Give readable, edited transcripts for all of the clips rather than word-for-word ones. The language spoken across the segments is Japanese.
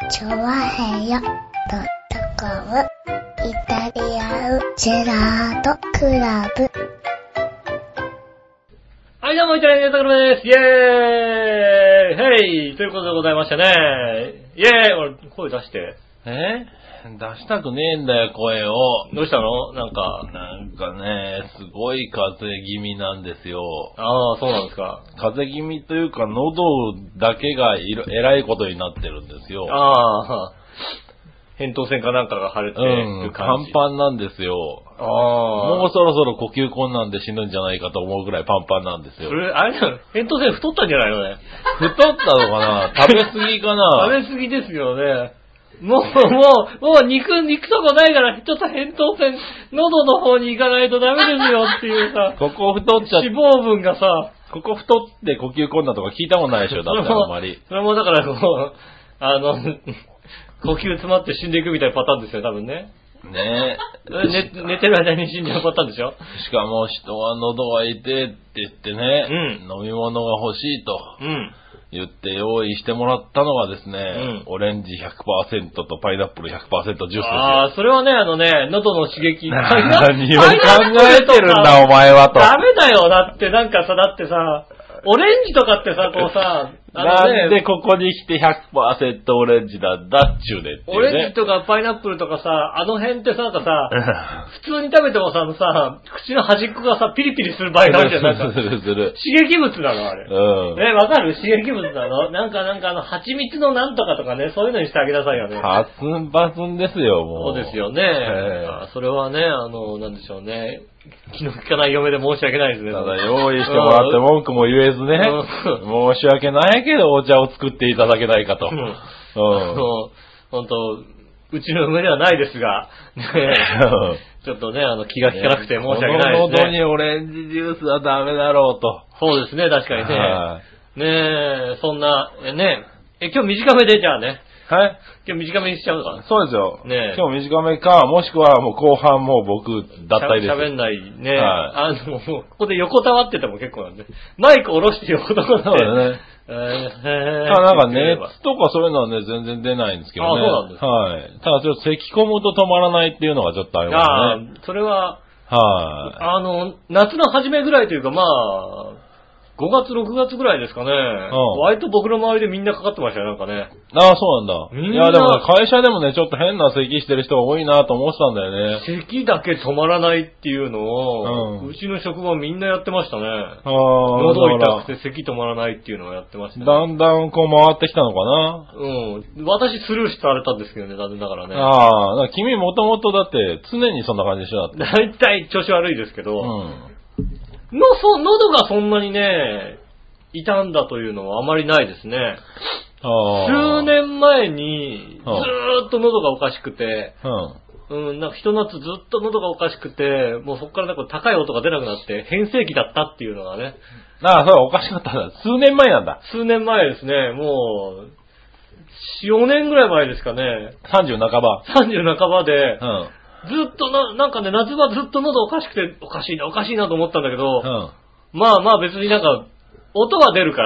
チョワヘヨ.com イタリアンジェラートクラブ。 はい、どうも、イタリアンジェラートクラブです。イェーイ、ヘイということでございましたね。イェーイ、俺、声出して。 出したくねえんだよ、声を。 どうしたの？なんかね、すごい風邪気味なんですよ。 ああ、そうなんですか。 風邪気味というか、喉だけがえらいことになってるんですよ。 ああ、扁桃腺かなんかが腫れてる感じ。 パンパンなんですよ。 ああ。 もうそろそろ呼吸困難で死ぬんじゃないかと思うぐらいパンパンなんですよ。 それ、あれだよ、扁桃腺太ったんじゃないのね。 太ったのかな？食べ過ぎかな？ 食べ過ぎですよね。もう肉とかないから、ちょっと扁桃腺、喉の方に行かないとダメですよっていうさ。 ここ太っちゃって。 脂肪分がさ。 ここ太って呼吸困難とか聞いたことないでしょ、だってあんまり。 それもだから呼吸詰まって死んでいくみたいなパターンですよ、多分ね。 ねえ。寝てる間に死んじゃうパターンでしょ。 しかも人は喉が痛いって言ってね、飲み物が欲しいと言って用意してもらったのがですね、オレンジ 100% とパイナップル 100% ジュースですよ。 ああ、それはね、喉の刺激。 何を考えてるんだお前はと。 ダメだよ、だってなんかさ、だってさ、オレンジとかってさ、こうさ、 なんでここに来て 100% オレンジなんだっちゅうねっていうね。 オレンジとかパイナップルとかさ、あの辺ってさ、普通に食べてもさ、口の端っこがさ、ピリピリする場合があるじゃん。なんか刺激物なの、あれ。わかる？刺激物なの？なんか蜂蜜のなんとかとかね、そういうのにしてあげなさいよね。 パツンパツンですよ、もう。 そうですよね。それはね、なんでしょうね。気の利かない嫁で申し訳ないですね。 ただ用意してもらって文句も言えずね、申し訳ないけどお茶を作っていただけないかと。 本当うちの嫁ではないですが、ちょっとね、気が利かなくて申し訳ないですね。 喉にオレンジジュースはダメだろうと。 そうですね、確かにね。ねえ、そんな、ね今日短めでじゃあね。 はい。 今日短めにしちゃうのかな。 そうですよ。ね、今日短めか、もしくはもう後半もう僕脱退です。 喋んないね。もうここで横たわってても結構なんで。マイク下ろして横たわって。 そうだね。なんか熱とかそういうのはね、全然出ないんですけどね。 そうなんです。 はい。ただちょっと咳込むと止まらないっていうのがちょっとありますね。 それは、 はい。 夏の初めぐらいというか、まあ、5月、6月ぐらいですかね。割と僕の周りでみんなかかってましたよ、なんかね。 ああ、そうなんだ。いや、でもね、会社でもね、ちょっと変な咳してる人が多いなと思ってたんだよね。 咳だけ止まらないっていうのを、うちの職場みんなやってましたね。喉痛くて咳止まらないっていうのをやってましたね。 だんだんこう回ってきたのかな。 私スルーされたんですけどね、だからね。 だから君もともとだって常にそんな感じでしょ、だって。 大体調子悪いですけど、喉がそんなにね、痛んだというのはあまりないですね。数年前に、ずーっと喉がおかしくて、なんか一夏ずっと喉がおかしくて、もうそこからなんか高い音が出なくなって、変声期だったっていうのがね。 そう、おかしかったんだ。数年前なんだ。 数年前ですね、もう、4年ぐらい前ですかね。 30半ば。 30半ばで、ずっとなんかね、夏場ずっと喉おかしくて、おかしいなと思ったんだけど、まあ別になんか、音は出るから、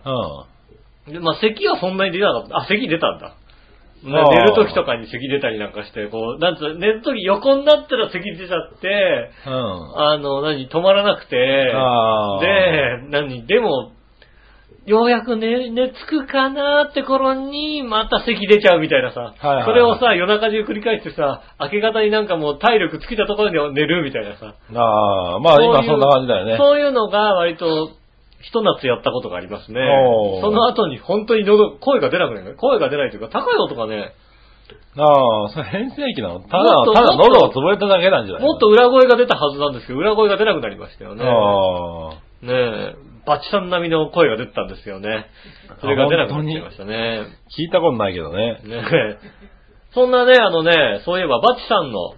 まあ咳はそんなに出なかった。咳出たんだ。寝る時とかに咳出たりなんかして、こう、寝る時横になったら咳出ちゃって、止まらなくて、でも、ようやく寝つくかなーって頃に、また咳出ちゃうみたいなさ。それをさ、夜中中繰り返してさ、明け方になんかもう体力尽きたところで寝るみたいなさ。 まあ今そんな感じだよね。 そういうのが割と、一夏やったことがありますね。その後に本当に声が出なくなる。声が出ないというか、高い音がね。 それ変声期なの？ただ喉が潰れただけなんじゃない？ もっと裏声が出たはずなんですけど、裏声が出なくなりましたよね。ねえ。バチさん並みの声が出てたんですよね。それが出なくなっちゃいましたね。 聞いたことないけどね。 そんなね、そういえばバチさんの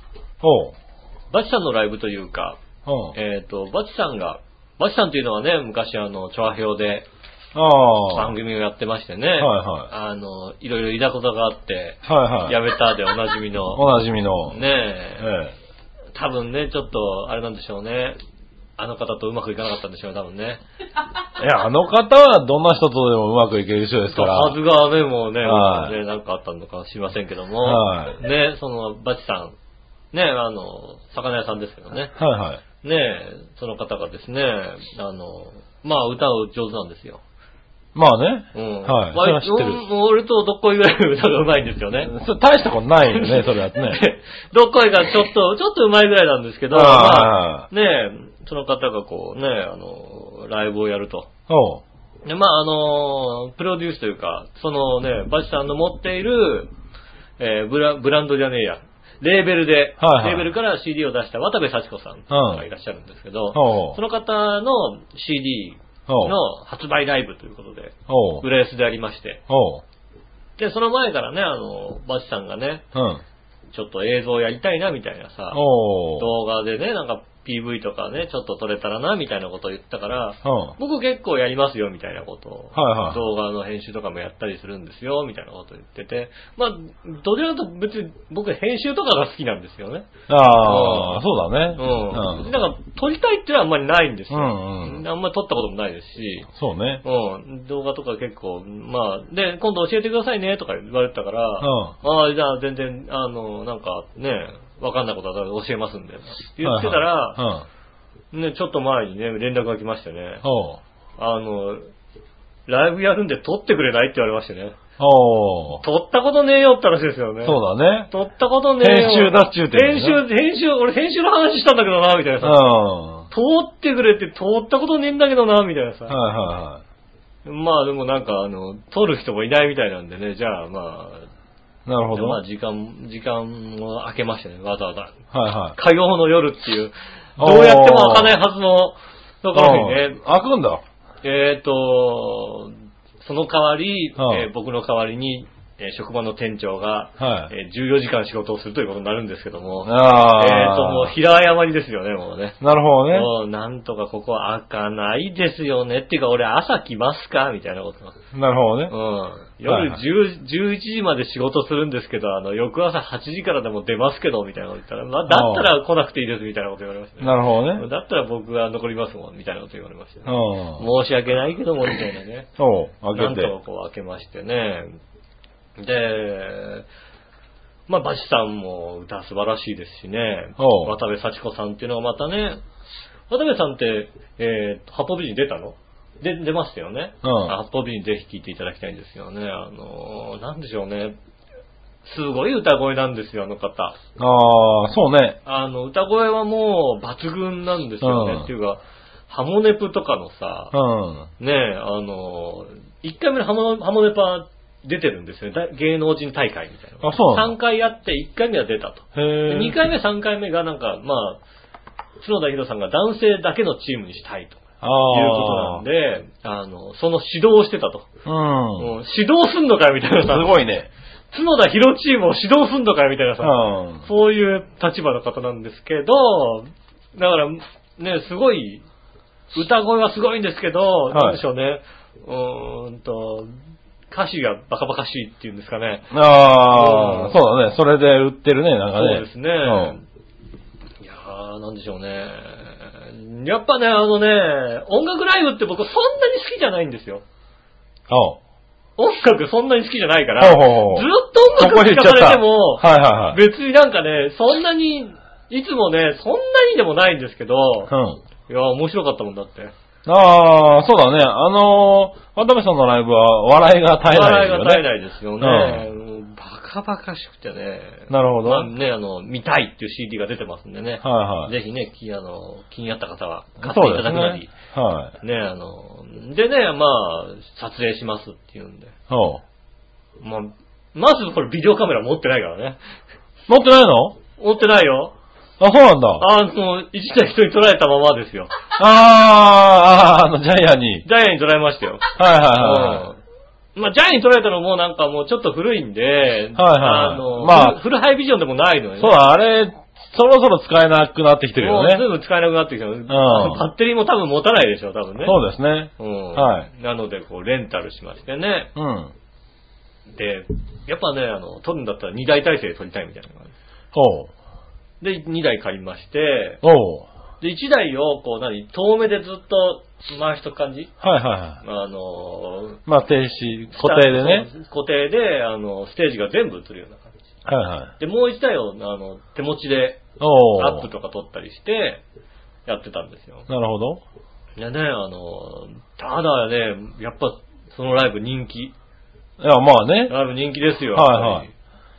ライブというか、バチさんというのはね、昔チョアヘヨで番組をやってましてね、いろいろいざこざがあって、やめたでおなじみの。 おなじみの。 ねえ。多分ね、ちょっと、あれなんでしょうね。 あの方とうまくいかなかったんでしょうね、多分ね。 いや、あの方はどんな人とでもうまくいける人ですから。 はずがね、もうね、 はいね、なんかあったのか知りませんけども、 はい、 ね、その、バチさん、ね、魚屋さんですけどね。 はいはい。 ね、その方がですね、まあ、歌う上手なんですよ。 まあね。 うん。 はい。それは知ってる。 俺とどっこいぐらい歌が上手いんですよね。 大したことないよね、それだってね。 どっこいがちょっと上手いぐらいなんですけど、まあ、ね、その方がこうね、ライブをやると。で、まあ、プロデュースというか、そのね、バチさんの持っている、ブランドじゃねえや。レーベルで、レーベルから CD を出した渡部幸子さんがいらっしゃるんですけど、その方の CD の発売ライブということで、浦安でありまして、で、その前からね、バチさんがね、ちょっと映像やりたいなみたいなさ、動画でね、なんか PV とかね、ちょっと撮れたらなみたいなことを言ったから、僕結構やりますよみたいなことを、動画の編集とかもやったりするんですよみたいなことを言ってて、まあ、どちらかというと別に僕編集とかが好きなんですよね。 ああ、そうだね。 だから撮りたいっていうのはあんまりないんですよ。あんまり撮ったこともないですし、 そうね。 動画とか結構、まあ、で、今度教えてくださいねとか言われてたから、じゃあ全然、なんかね、わかんないことは教えますんで。言ってたら、ね、ちょっと前にね、連絡が来ましてね、ライブやるんで撮ってくれないって言われましてね。撮ったことねえよって話ですよね。 そうだね。 撮ったことねえよ。 編集だっちゅうて。 俺編集の話したんだけどな、みたいなさ。撮ってくれって撮ったことねえんだけどな、みたいなさ。まあでもなんか撮る人もいないみたいなんでね、じゃあまあ、 なるほど。 まあ時間を空けましたね、わざわざ。 火曜の夜っていう、どうやっても開かないはずのところにね。 開くんだ。 その代わり、僕の代わりに、職場の店長が、14時間仕事をするということになるんですけども、もう平謝りですよね、もうね。 なるほどね。 もうなんとかここ開かないですよね。っていうか、俺朝来ますかみたいなこと。 なるほどね。 夜11時まで仕事するんですけど、翌朝8時からでも出ますけど、みたいなこと言ったら、だったら来なくていいです、みたいなこと言われましたね。 なるほどね。 だったら僕が残りますもん、みたいなこと言われましたね。申し訳ないけども、みたいなね。なんとかこう開けましてね。で、まあ、バチさんも歌素晴らしいですしね。渡部幸子さんっていうのはまたね、渡部さんって、八方美人出たの？出ましたよね。八方美人ぜひ聴いていただきたいんですよね。なんでしょうね。すごい歌声なんですよ、あの方。 そうね。 歌声はもう抜群なんですよね。っていうか、ハモネプとかのさ、ね1回目のハモネパ出てるんですよね。芸能人大会みたいな。3回やって1回目は出たと。2回目、3回目がなんか、まあ、角田博さんが男性だけのチームにしたいと。いうことなんで、その指導をしてたと。指導すんのかよみたいなさ。 すごいね。 角田博チームを指導すんのかよみたいなさ。そういう立場の方なんですけど、だから、ね、すごい、歌声はすごいんですけど、なんでしょうね。歌詞がバカバカしいっていうんですかね。そうだね。それで売ってるね、なんかね。 そうですね。いやー、なんでしょうね。やっぱね、音楽ライブって僕そんなに好きじゃないんですよ。音楽そんなに好きじゃないから、ずっと音楽聴かされても、別になんかね、そんなに、いつもね、そんなにでもないんですけど、いや、面白かったもんだって。 そうだね。渡部さんのライブは笑いが絶えないですよね。笑いが絶えないですよね。バカバカしくてね。 なるほど。 まあね、見たいっていう CD が出てますんでね。ぜひね、気になった方は買っていただくなり。でね、まあ、撮影しますっていうんで。まずこれビデオカメラ持ってないからね。 持ってないの？ 持ってないよ。 そうなんだ。 一台人に捉えたままですよ。 ジャイアンに捉えましたよ。まあ、ジャイアンに捉えたのもなんかもうちょっと古いんで、フルハイビジョンでもないのよね。 そうだ、あれ、そろそろ使えなくなってきてるよね。 もうすぐ使えなくなってきた。バッテリーも多分持たないでしょ、多分ね。 そうですね。 なので、レンタルしましてね。で、やっぱね、撮るんだったら2台体制で撮りたいみたいな感じ。で、2台借りまして、 で、1台を、こう遠目でずっと回しとく感じ。 はいはいはい。まあ、停止、固定でね。 固定で、ステージが全部映るような感じ。 はいはい。 で、もう1台を、手持ちで、アップとか撮ったりして、やってたんですよ。 なるほど。 いやね、ただね、やっぱ、そのライブ人気。 いや、まあね。 ライブ人気ですよ。 はいはい。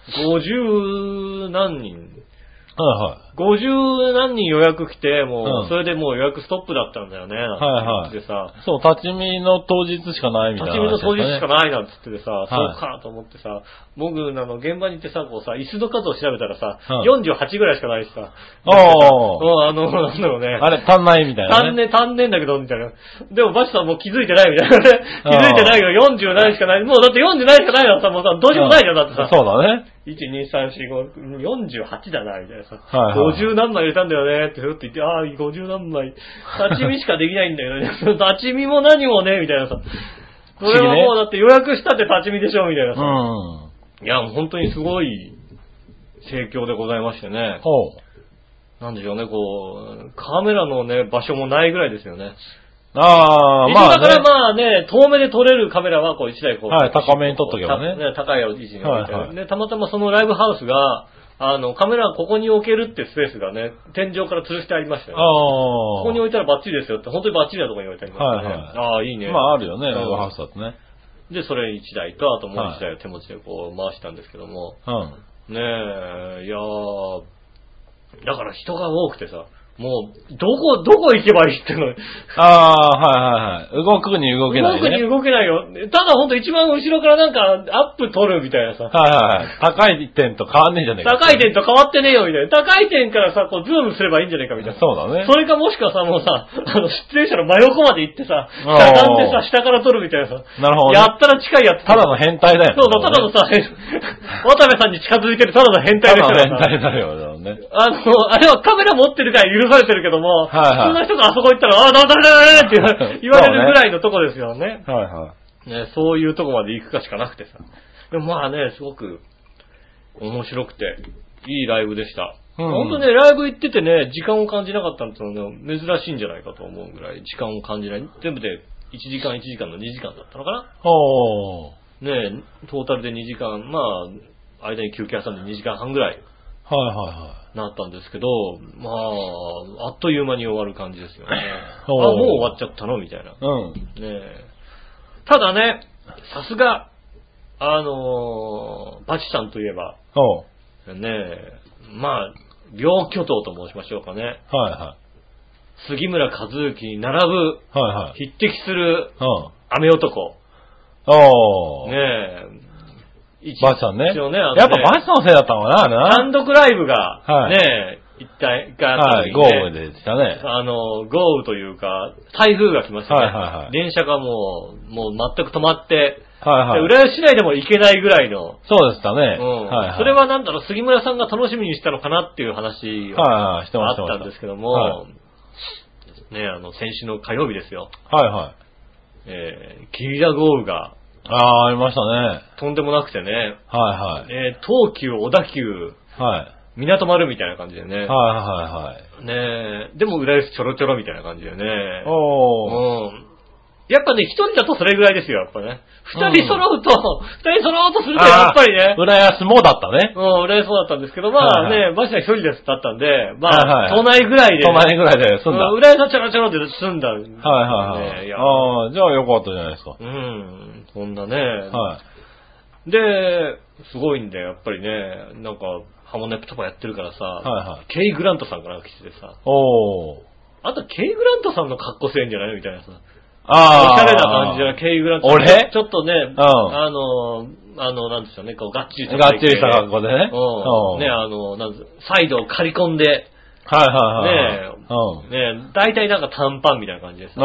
50何人。 はいはい。 50何人予約来て、もう、それでもう予約ストップだったんだよね。 はいはい。 でさ、 そう、立ち見の当日しかないみたいな、 立ち見の当日しかないなんつっててさ、そうかと思ってさ、僕、現場に行ってさ、こうさ、椅子の数を調べたらさ、48ぐらいしかないしさ。なんだろうね。 あれ、足んないみたいなね。 足んねえんだけど、みたいな。でも、バチさんもう気づいてないみたいなね。気づいてないよ、40何しかない。もうだって40何しかないのさ、もうさ、どうしようもないじゃん、だってさ。 そうだね。 1、2、3、4、5、48だな、みたいなさ。 はいはい、 50何枚入れたんだよね、ってふって言って、ああ、50何枚。立ち見しかできないんだよね。立ち見も何もね、みたいなさ。それはもうだって予約したって立ち見でしょ、みたいなさ。いや、本当にすごい盛況でございましてね。なんでしょうね、カメラのね、場所もないぐらいですよね。 ああ、まあ、 ね。だからまあね、遠目で撮れるカメラは1台はい、高めに撮っとけばね。 高い位置に置いて、はいはい、で、たまたまそのライブハウスが、カメラここに置けるってスペースがね、天井から吊るしてありましたよね。ここに置いたらバッチリですよって、本当にバッチリなところに置いてありましたね。はいはい、ああ、いいね。 まああるよね、ライブハウスだとね。 で、それ1台と、あともう1台を手持ちで回したんですけども。ねえ、いやー、だから人が多くてさ、もう、どこ行けばいいっての。 はいはいはい。動くに動けない、ね。 動くに動けないよ。ただほんと一番後ろからなんかアップ撮るみたいなさ。 はいはい。高い点と変わんねえじゃねえか。 高い点と変わってねえよみたいな。高い点からさ、ズームすればいいんじゃねえかみたいな。 そうだね。 それかもしくはさ、もうさ、出演者の真横まで行ってさ、しゃがんでさ、下から撮るみたいなさ。 なるほど、ね。 やったら近いやつ。 ただの変態だよね。 そうだ、ただのさ、渡部さんに近づいてるただの変態ですからさ。 ただの変態だよね。 あれはカメラ持ってるから許されてるけども、 はいはい、 普通の人があそこ行ったら、だって言われるぐらいのとこですよね。 はいはい。 ね、そういうとこまで行くかしかなくてさ。でもまあね、すごく面白くて、いいライブでした。本当ね、ライブ行っててね、時間を感じなかったってのはね、珍しいんじゃないかと思うぐらい、時間を感じない。全部で1時間の2時間だったのかな。ね、トータルで2時間、まあ、間に休憩挟んで2時間半ぐらい。 はいはいはい。 なったんですけど、まあ、あっという間に終わる感じですよね。もう終わっちゃったのみたいな。ね、ただね、さすが、バチさんといえば、ね、まあ、両巨頭と申しましょうかね。はいはい。杉村和之に並ぶ、匹敵する、雨男。ねバチさんね。 やっぱバチさんのせいだったのかな、 単独ライブが、ね、一体が、 豪雨でしたね。 豪雨というか、台風が来ましたね。電車がもう全く止まって、浦安市内でも行けないぐらいの。 そうでしたね。 それはなんだろう、杉村さんが楽しみにしたのかなっていう話があったんですけども、ね、先週の火曜日ですよ。ゲリラ豪雨が、 ありましたね。 とんでもなくてね。東急、小田急、港丸みたいな感じでね。ねでも浦安ちょろちょろみたいな感じでね。やっぱね、一人だとそれぐらいですよ、やっぱね。二人揃うとするとやっぱりね。 浦安もだったね。 浦安もだったんですけど、まあね、バチが一人ですだったんで、まあ、都内ぐらいで。 都内ぐらいで済んだ。 浦安はちょろちょろで済んだ。 じゃあよかったじゃないですか。 そんなね。で、すごいんだよ、やっぱりね。なんか、ハモネプとかやってるからさ、ケイ・グラントさんから来ててさ、あとケイ・グラントさんの格好せんじゃないみたいなさ。おしゃれな感じはケイ・グラントさん。 俺ちょっとね、なんでしょうね、こう、がっちりした格好でね。 サイドを刈り込んで、大体なんか短パンみたいな感じです。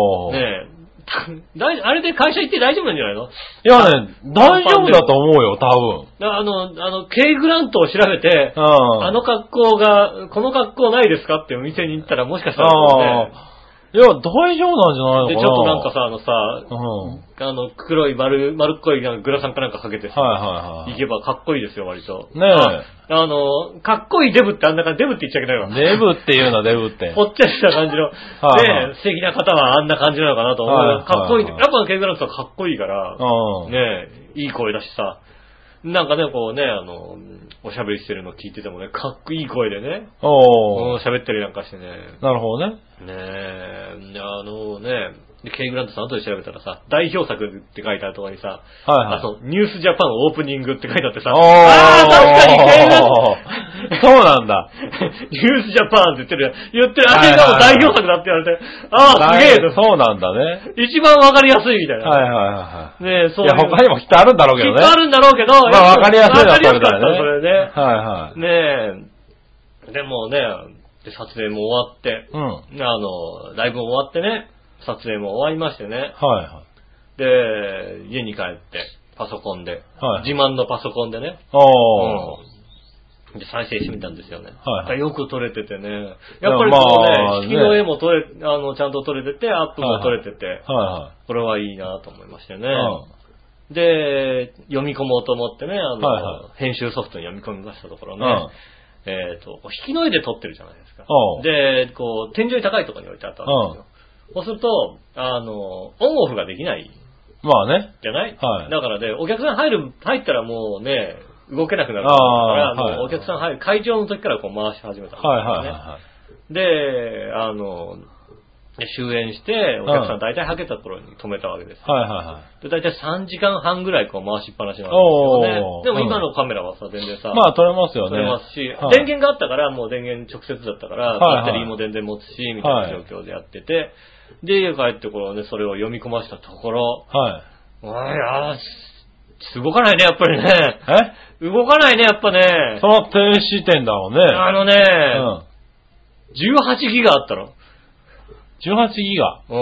あれで会社行って大丈夫なんじゃないの？ いやね、大丈夫だと思うよ、多分。 ケイグラントを調べて、この格好ないですかってお店に行ったらもしかしたらね、 いや、大丈夫なんじゃないのかな。 で、ちょっとなんかさ、黒い丸っこいグラサンかなんかかけてさ、行けばかっこいいですよ、割と。 ねえ。かっこいいデブってデブって言っちゃいけないわ。 デブって言うな、デブって。 ぽっちゃりした感じの。で、素敵な方はあんな感じなのかなと思う。かっこいい。やっぱケイグラントはかっこいいから、ねえ、いい声だしさ。なんかね、こうね、おしゃべりしてるの聞いててもね、かっこいい声でね。喋ったりなんかしてね。 なるほどね。 ねえ、で、ケイグラントさん後で調べたらさ、代表作って書いてあるところにさ、ニュースジャパンオープニングって書いてあってさ、確かにケイグラントそうなんだ。 ニュースジャパンって言ってる、あれが代表作だって言われて、すげえそうなんだね。 一番わかりやすいみたいな。ねえ、そう。 いや、他にもきっとあるんだろうけどね。 きっとあるんだろうけど、 まあわかりやすいのはそれだよね。 それね。 はい。 ねえ、でもね、撮影も終わって、ライブも終わってね、撮影も終わりましてね。で、家に帰って、パソコンで、自慢のパソコンでね。で、再生してみたんですよね。よく撮れててね。やっぱりこうね、引きの絵もちゃんと撮れてて、アップも撮れてて、これはいいなと思いましてね。で、読み込もうと思ってね、編集ソフトに読み込みましたところね。引きの絵で撮ってるじゃないですか。で、こう、天井に高いところに置いてあったんですよ。そうすると、オンオフができない。 まあね。 じゃない？だからで、お客さん入ったらもうね、動けなくなるから、もうお客さん入る、会場の時からこう回し始めたんですね。で、終演して、お客さん大体はけた頃に止めたわけです。で、大体3時間半ぐらいこう回しっぱなしなんですよね。でも今のカメラはさ、全然さ、 まあ撮れますよね。 撮れますし、電源があったから、もう電源直接だったから、バッテリーも全然持つし、みたいな状況でやってて、で、家帰ってこうね、それを読み込ましたところ、動かないね、やっぱりね。動かないね、やっぱね。 その停止点だもんね。 18ギガあったの。 18ギガ。 そ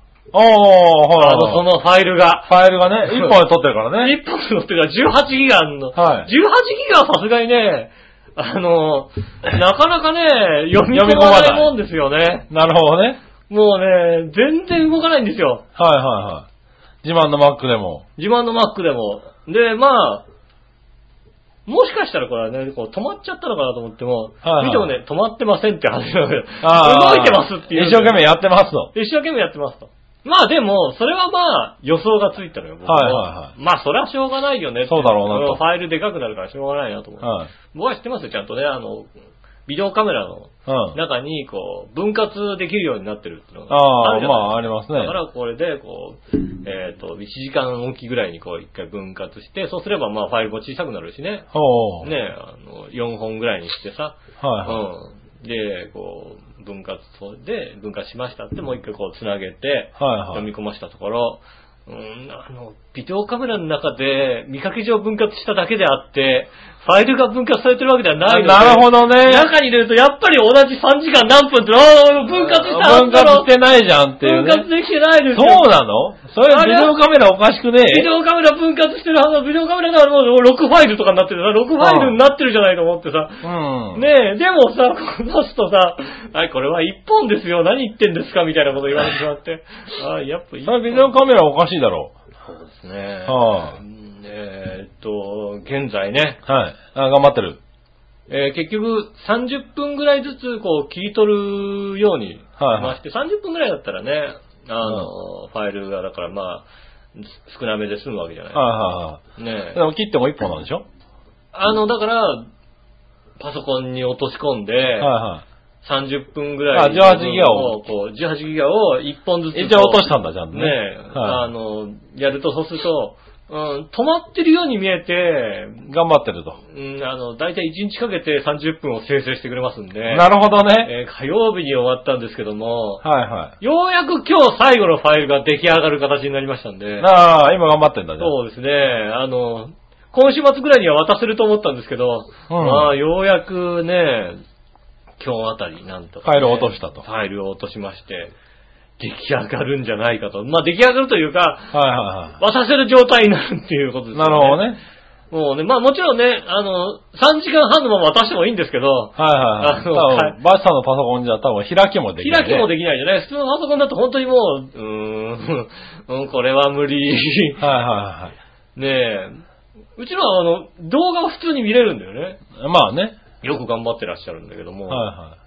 のファイルが。 ファイルがね、1本で撮ってるからね。 1本で撮ってるから18ギガあんの。18ギガはさすがにね、なかなかね、読み込まないもんですよね。 なるほどね。 もうね、全然動かないんですよ。 自慢の Mac でも。 自慢の Mac でも。で、まあ、もしかしたらこれはね、こう止まっちゃったのかなと思っても、見てもね、止まってませんって話なのよ。動いてますっていう。 一生懸命やってますと。 一生懸命やってますと。まあでも、それはまあ、予想がついたのよ、僕は。まあ、それはしょうがないよね。 そうだろうなと。 ファイルでかくなるからしょうがないなと思って。僕は知ってますよ、ちゃんとね、ビデオカメラの中に、こう、分割できるようになってるっていうのがあるじゃないですか。 まあ、ありますね。 だからこれで、こう、1時間おきぐらいにこう、一回分割して、そうすればまあ、ファイルも小さくなるしね。ね、4本ぐらいにしてさ。で、こう、分割しましたって、もう一回こう、つなげて、読み込ましたところ、ビデオカメラの中で見かけ上分割しただけであって、ファイルが分割されてるわけではないので。 なるほどね。 中に入れるとやっぱり同じ3時間何分って、分割した。 分割してないじゃんっていうね。 分割できてないですよ。 そうなの？それビデオカメラおかしくねえ？ ビデオカメラ分割してるはずのビデオカメラがもう6ファイルとかになってるさ、6ファイルになってるじゃないと思ってさ。ねえ、でもさ、こう出すとさ、これは1本ですよ、何言ってんですかみたいなこと言われてしまって。やっぱそれビデオカメラおかしいだろう。 そうですね。現在ね。 頑張ってる。 結局30分ぐらいずつこう切り取るようにしまして、30分ぐらいだったらね、ファイルがだからまあ、少なめで済むわけじゃないですか。 でも切っても1本なんでしょ？ だから、パソコンに落とし込んで、30分ぐらい 18ギガを 18ギガを1本ずつ。 一応落としたんだ、ちゃんとね。 やると、そうすると、止まってるように見えて、 頑張ってると。 だいたい1日かけて30分を生成してくれますんで。 なるほどね。 火曜日に終わったんですけども、 ようやく今日最後のファイルが出来上がる形になりましたんで。 今頑張ってんだね。 そうですね。今週末ぐらいには渡せると思ったんですけど、ようやくね、今日あたりなんとか、 ファイルを落としたと。 ファイルを落としまして、出来上がるんじゃないかと。まあ出来上がるというか、渡せる状態になるっていうことですね。 なるほどね。 もうね、まあもちろんね、3時間半のまま渡してもいいんですけど、 はいはいはい。バチさんのパソコンじゃ多分開きもできない、ね。 開きもできないじゃない。普通のパソコンだと本当にもう、これは無理。 はいはいはい。 ねえ。うちのは動画を普通に見れるんだよね。 まあね。 よく頑張ってらっしゃるんだけども。 はいはい。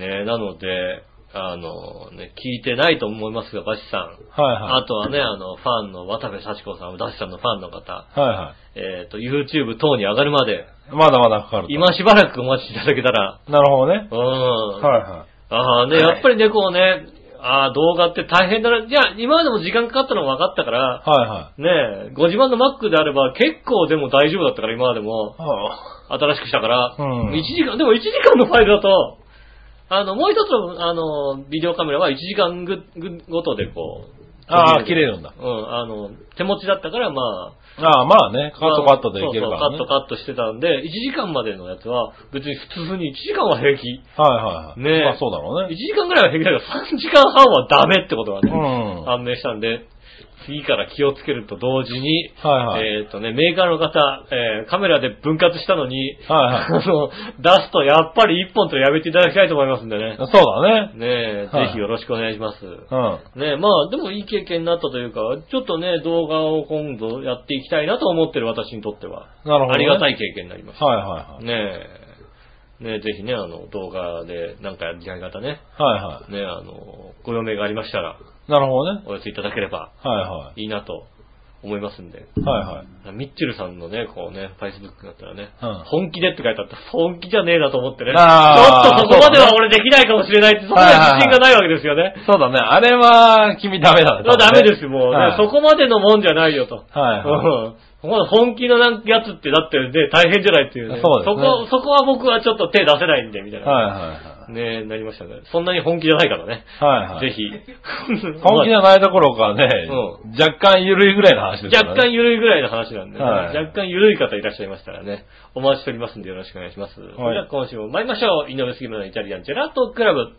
ねえ、なので、ね、聞いてないと思いますが、バシさん。 はいはい。 あとはね、ファンの渡部幸子さん、ダシさんのファンの方。 はいはい。 YouTube 等に上がるまで。 まだまだかかる。 今しばらくお待ちいただけたら。 なるほどね。 はいはい。ね、やっぱりね、こうね、動画って大変だな。じゃあ、今までも時間かかったのが分かったから、 はいはい。 ねご自慢の Mac であれば結構でも大丈夫だったから、今までも。新しくしたから、1時間、でも1時間のファイルだと、もう一つの、ビデオカメラは1時間ごとでこう。 切れるんだ。 手持ちだったから、まあ。まあね、カットカットでいけるからね。 そうカットしてたんで、1時間までのやつは、別に普通に1時間は平気。 はいはいはい。 ねまあそうだろうね。 1時間ぐらいは平気だけど、3時間半はダメってことがね、判明したんで、次から気をつけると同時に、メーカーの方、カメラで分割したのに、出すとやっぱり1本とやめていただきたいと思いますんでね。 そうだね。 ねぜひよろしくお願いします。ねまあ、でもいい経験になったというか、ちょっとね、動画を今度やっていきたいなと思ってる私にとっては、 なるほどね、 ありがたい経験になります。 はいはいはい。 ねぜひね、動画でなんかやりたい方ね。 はいはい。 ねご用命がありましたら、 なるほどね。 お寄せいただければ、いいなと思いますんで。ミッチェルさんのね、こうね、Facebook だったらね、本気でって書いてあったら、本気じゃねえなと思ってね。ちょっとそこまでは俺できないかもしれないって、そこまで自信がないわけですよね。 そうだね。あれは、君ダメだね。 ダメですよ、もうね。そこまでのもんじゃないよと。本気のやつってだってね、大変じゃないっていうね。そこは僕はちょっと手出せないんで、みたいな。ねなりましたね。そんなに本気じゃないからね。ぜひ。 本気じゃないところからね、若干緩いぐらいの話ですからね。 若干緩いぐらいの話なんで、若干緩い方いらっしゃいましたらね、お待ちしておりますんでよろしくお願いします。それでは今週も参りましょう。井上杉村のイタリアンジェラートクラブ。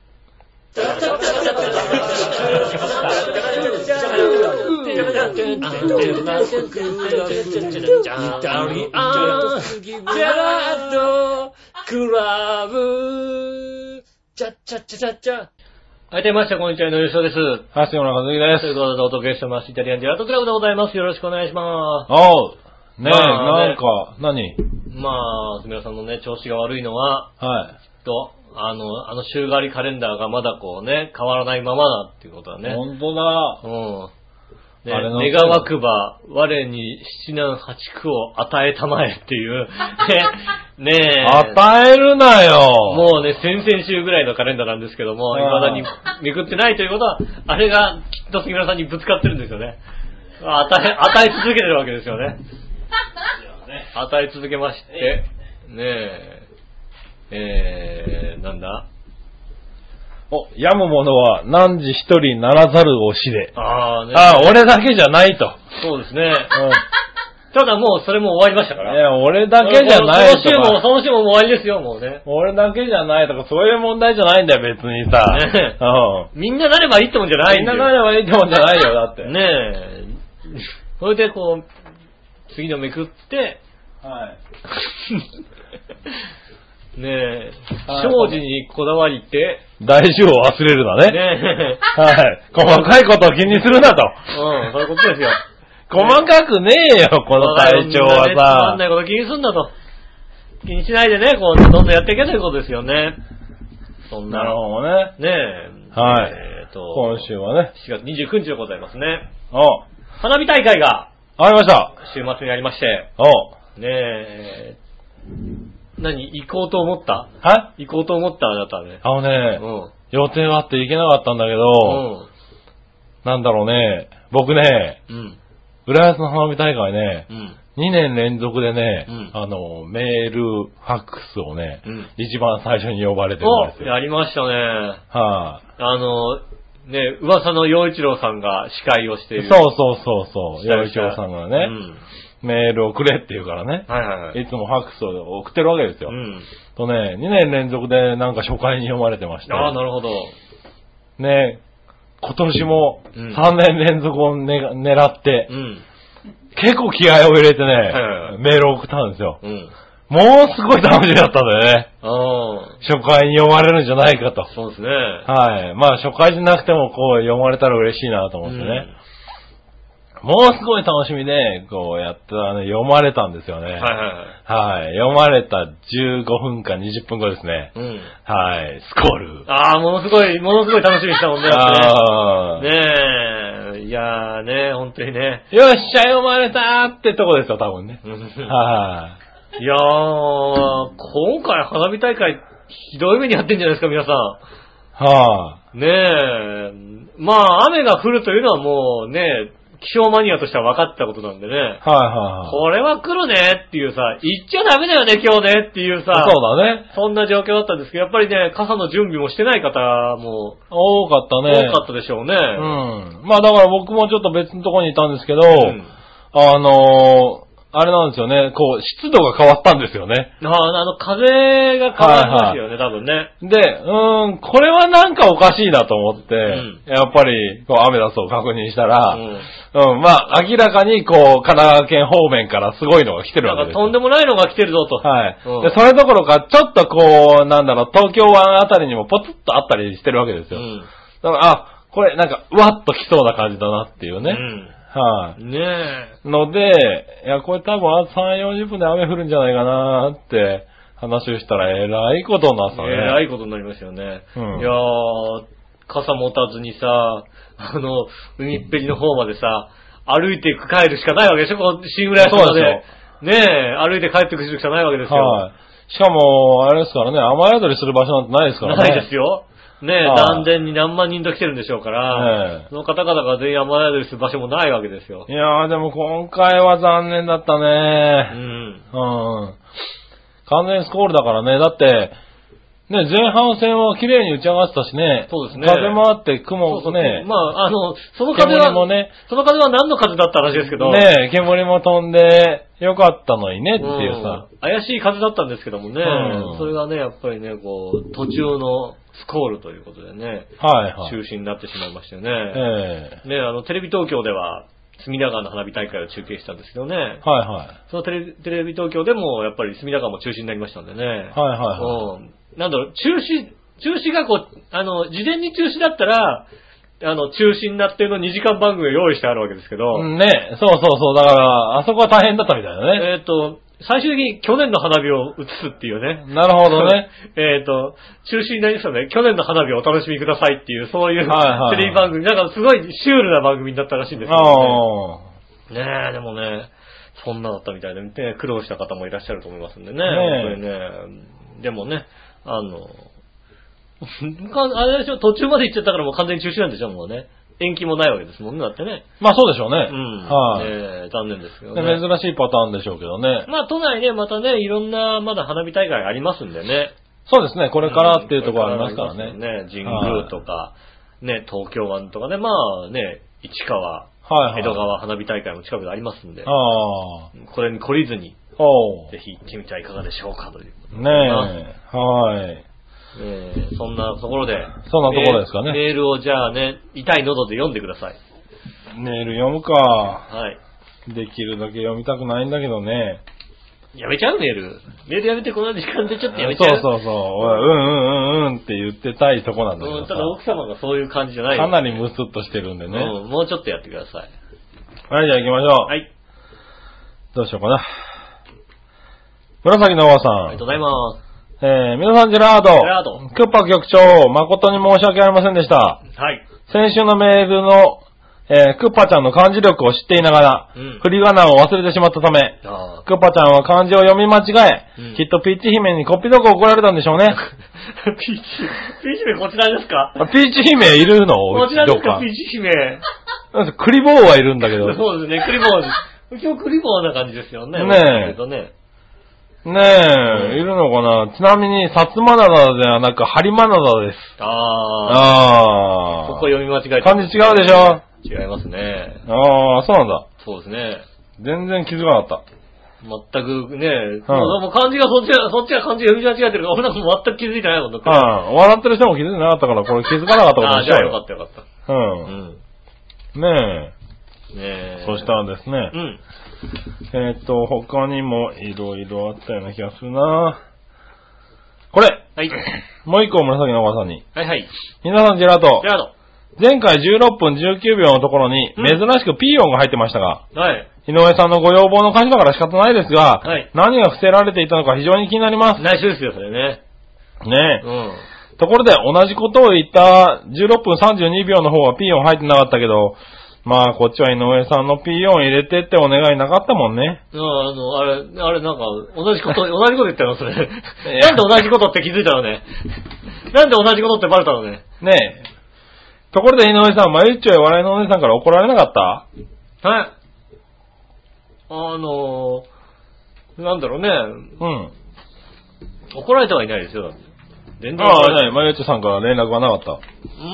はい、出ました。こんにちは、井上翔です。 はい、杉村和樹です。 ということで、お届けしてます。イタリアンジェラートクラブでございます。よろしくお願いします。 ねえ、なんか、何まあ、杉村さんのね、調子が悪いのは、週替わりカレンダーがまだこうね、変わらないままだっていうことだね。 ほんとだ。 願わくば、我に七男八九を与えたまえっていう。ねえ。 与えるなよ。 もうね、先々週ぐらいのカレンダーなんですけども、未だにめくってないということは、あれがきっと杉村さんにぶつかってるんですよね。与え続けてるわけですよね。与え続けまして、なんだ病む者は汝一人ならざるを死で。俺だけじゃないと。 そうですね。ただもうそれも終わりましたから。 いや、俺だけじゃないとか。 その週も終わりですよ、もうね。 俺だけじゃないとか、そういう問題じゃないんだよ、別にさ。 みんななればいいってもんじゃないんだよ。 みんななればいいってもんじゃないよ、だって。 ねえ。それでこう、次のめくって、ねえ、生じにこだわりって、 大事を忘れるだね。 ねえ。 細かいことを気にするなと。 そういうことですよ。 細かくねえよ、この体調はさ。つまんないこと気にすんだと。気にしないでね、こう、どんどんやっていけということですよね。そんな。 なるほどね。 ねえ。 今週はね。 4月29日でございますね。 花火大会が。 ありました。 週末にありまして。ねえ。行こうと思った行こうと思ったあなたね。 予定はあって行けなかったんだけど、なんだろうね、僕ね、浦安の花火大会ね、2年連続でね、メール、ファックスをね、一番最初に呼ばれてるんですよ。 やりましたね。噂の陽一郎さんが司会をしている。 そう、陽一郎さんがね、メールをくれって言うからね。いつもファックスを送ってるわけですよ。2年連続でなんか初回に読まれてました。 なるほど。 ね、今年も3年連続を狙って、結構気合を入れてね、 メールを送ったんですよ。 うん。 もうすごい楽しみだったんだよね。初回に読まれるんじゃないかと。 そうですね。 はい。まあ初回じゃなくてもこう読まれたら嬉しいなと思ってね。もうすごい楽しみで、こうやったらね、読まれたんですよね。はいはいはい。はい。読まれた15分か20分後ですね。うん。はい。スコール。 ああ、ものすごい楽しみにしたもんね。ああ。ねえ。いやーね、本当にね。 よっしゃ、読まれたーってとこですよ、多分ね。 はい。いやー、今回花火大会、ひどい目にやってんじゃないですか、皆さん。 はねえ。まあ、雨が降るというのはもうね、気象マニアとしては分かったことなんでね。はいはいはい。これは来るねっていうさ、行っちゃダメだよね今日ねっていうさ。 そうだね。 そんな状況だったんですけど、やっぱりね、傘の準備もしてない方も多かったね。 多かったでしょうね。 うん。まあだから僕もちょっと別のところにいたんですけど、あれなんですよね、こう、湿度が変わったんですよね。 風が変わりますよね、多分ね。 で、これはなんかおかしいなと思って、やっぱり、こう、アメダスを確認したら、まあ、明らかに、こう、神奈川県方面からすごいのが来てるわけですよ。 とんでもないのが来てるぞと。 はい。で、それどころか、ちょっとこう、東京湾あたりにもポツッとあったりしてるわけですよ。だから、これなんか、うわっと来そうな感じだなっていうね。はい。 ねえ。 ので、いや、これ多分あと3、40分で雨降るんじゃないかなーって話をしたら、えらいことになったね。 えらいことになりますよね。いやー、傘持たずにさ、海っぺりの方までさ、歩いて帰るしかないわけでしょ、この新浦安まで。ねえ、歩いて帰ってくるしかないわけですよ。はい。 しかも、あれですからね、雨宿りする場所なんてないですからね。 ないですよ。ねえ、何千に何万人と来てるんでしょうから、その方々が全員雨宿りする場所もないわけですよ。 いやー、でも今回は残念だったね。完全にスコールだからね。だって、ね、前半戦は綺麗に打ち上がってたしね。 そうですね。 風もあって雲もね。 まあ、その風は、その風は何の風だったらしいですけど。 ね、煙も飛んでよかったのにねっていうさ。 怪しい風だったんですけどもね。それがね、やっぱりね、こう、途中のスコールということでね。はいはい。中止になってしまいましたよね。ね、テレビ東京では、隅田川の花火大会を中継したんですけどね。はいはい。そのテレビ東京でも、やっぱり隅田川も中止になりましたんでね。はいはい。なんだろう、中止がこう、事前に中止だったら、中止になっての2時間番組を用意してあるわけですけど。 ね、そう。だから、あそこは大変だったみたいだね。 最終的に去年の花火を映すっていうね。 なるほどね。 中止になりそうね。去年の花火をお楽しみくださいっていう、そういうテレビ番組、なんかすごいシュールな番組になったらしいんですけどね。ねえ、でもね、そんなだったみたいで、ね、苦労した方もいらっしゃると思いますんでね。本当にね。でもね、あれでしょ、途中まで行っちゃったからもう完全に中止なんでしょ、もうね。延期もないわけですもんね、だってね。 まあそうでしょうね。 はい。残念ですけどね。 珍しいパターンでしょうけどね。 まあ都内ね、またね、いろんなまだ花火大会ありますんでね。 そうですね、これからっていうところありますからね。 神宮とか、ね、東京湾とかね、まあね、市川、江戸川花火大会も近くでありますんで。これに懲りずに、ぜひ行ってみてはいかがでしょうかということで。 ねえ、はい。 そんなところで。 そんなところですかね。 メールをじゃあね、痛い喉で読んでください。 メール読むか。はい。できるだけ読みたくないんだけどね。 やめちゃうメールやめてこの時間でちょっとやめちゃう。 そう。うんって言ってたいとこなんだけど。 ただ奥様がそういう感じじゃない、 かなりムスッとしてるんでね。 もうちょっとやってください。 はい、じゃあ行きましょう。 はい。 どうしようかな。紫のおばさん。 ありがとうございます。 皆さんジェラード。クッパ局長、誠に申し訳ありませんでした。はい。先週のメールの、クッパちゃんの漢字力を知っていながら、振り仮名を忘れてしまったため、クッパちゃんは漢字を読み間違え、きっとピーチ姫にこっぴどく怒られたんでしょうね。 ピーチ姫こちらですか？ ピーチ姫いるの？ こちらですか、ピーチ姫。 クリボーはいるんだけど。 そうですね、クリボー。今日クリボーな感じですよね。 ねえ、いるのかな。ちなみに、薩摩灘ではなく、播磨灘です。 ここ読み間違えた。 漢字違うでしょ？ 違いますね。 そうなんだ。 そうですね。 全然気づかなかった。 全くね、もう漢字がそっちが漢字読み間違えてるから、俺なんかも全く気づいてないもんだって。 笑ってる人も気づいてなかったから、これ気づかなかったことにしようよ。 よかった。 ねえ。そしたらですね。 他にもいろいろあったような気がするな。これはい。 もう一個紫のおばさんに。 はいはい。 皆さんジェラート。 ジェラート。 前回16分19秒のところに、珍しくピー音が入ってましたが、 はい。 井上さんのご要望の歌詞だから仕方ないですが、 はい。 何が伏せられていたのか非常に気になります。 内緒ですよ、それね。 ねえ。うん。ところで、同じことを言った16分32秒の方はピー音入ってなかったけど、まあ、こっちは井上さんのピー音入れてってお願いなかったもんね。 あれなんか、同じこと言ったのそれ。なんで同じことって気づいたのね。なんで同じことってバレたのね。 ねえ。ところで井上さん、まゆっちょや笑いのお姉さんから怒られなかった？ はい。なんだろうね。 うん。 怒られてはいないですよ。 全然。ああ、ね、まゆっちょさんから連絡がなかった。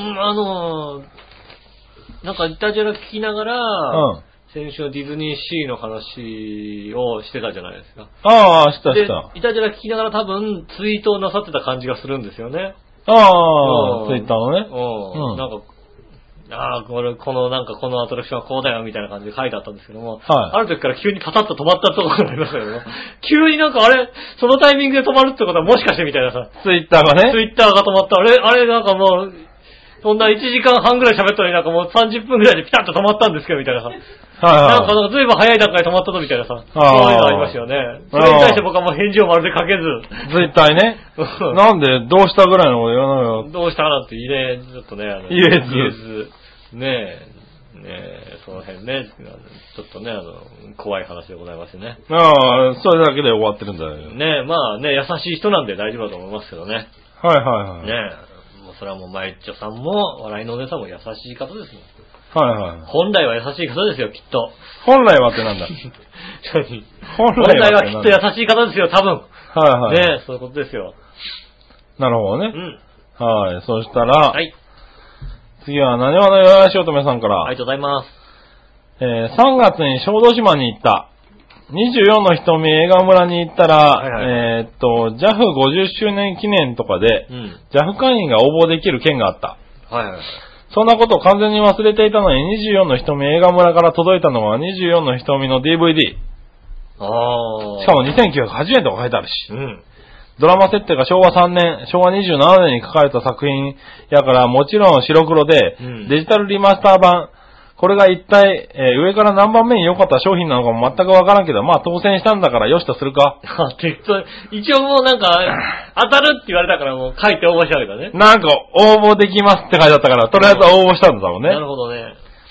なんかイタジェラ聞きながら、先週のディズニーシーの話をしてたじゃないですか。 ああ、した。 イタジェラ聞きながら多分ツイートをなさってた感じがするんですよね。 ああ、ツイッターのね。 なんか、このアトラクションはこうだよみたいな感じで書いてあったんですけども、 はい。 ある時から急にパタッと止まったところがありましたけども、急になんかそのタイミングで止まるってことはもしかしてみたいなさ、 ツイッターがね。 ツイッターが止まった。あれなんかもう、そんな1時間半ぐらい喋ったのになんかもう30分ぐらいでピタッと止まったんですけどみたいなさ。なんかずいぶん早い段階で止まったぞみたいなさ。そういうのありましたよね。それに対して僕はもう返事をまるでかけず。 ツイッターにね。なんで、どうしたぐらいのこと言わないよ。 どうしたなんてちょっとね、 言えず。 ねその辺ね、ちょっとね、怖い話でございましてね。 ああ、それだけで終わってるんだよ。 ねまあね、優しい人なんで大丈夫だと思いますけどね。 はい。 ねもうそれはもうマイッチョさんも、笑いのお姉さんも優しい方ですもん。 はい。 本来は優しい方ですよ、きっと。 本来はってなんだ本来はきっと優しい方ですよ、多分。 はい。 ねそういうことですよ。 なるほどね。 うん。 はい。そしたら、 はい。 次は、なにわのよやしおとめさんから。 ありがとうございます。 3月に小豆島に行った。24の瞳映画村に行ったら、JAF50 周年記念とかで、JAF 会員が応募できる券があった。 はい。 そんなことを完全に忘れていたのに、24の瞳映画村から届いたのは24の瞳の DVD。しかも2980円とか書いてあるし。ドラマ設定が昭和3年、昭和27年に書かれた作品やからもちろん白黒で、デジタルリマスター版、これが一体、上から何番目に良かった商品なのかも全くわからんけど、まあ当選したんだからよしとするか。 一応もうなんか、当たるって言われたからもう書いて応募したわけだね。 なんか応募できますって書いてあったから、とりあえず応募したんだろうね。 なるほどね。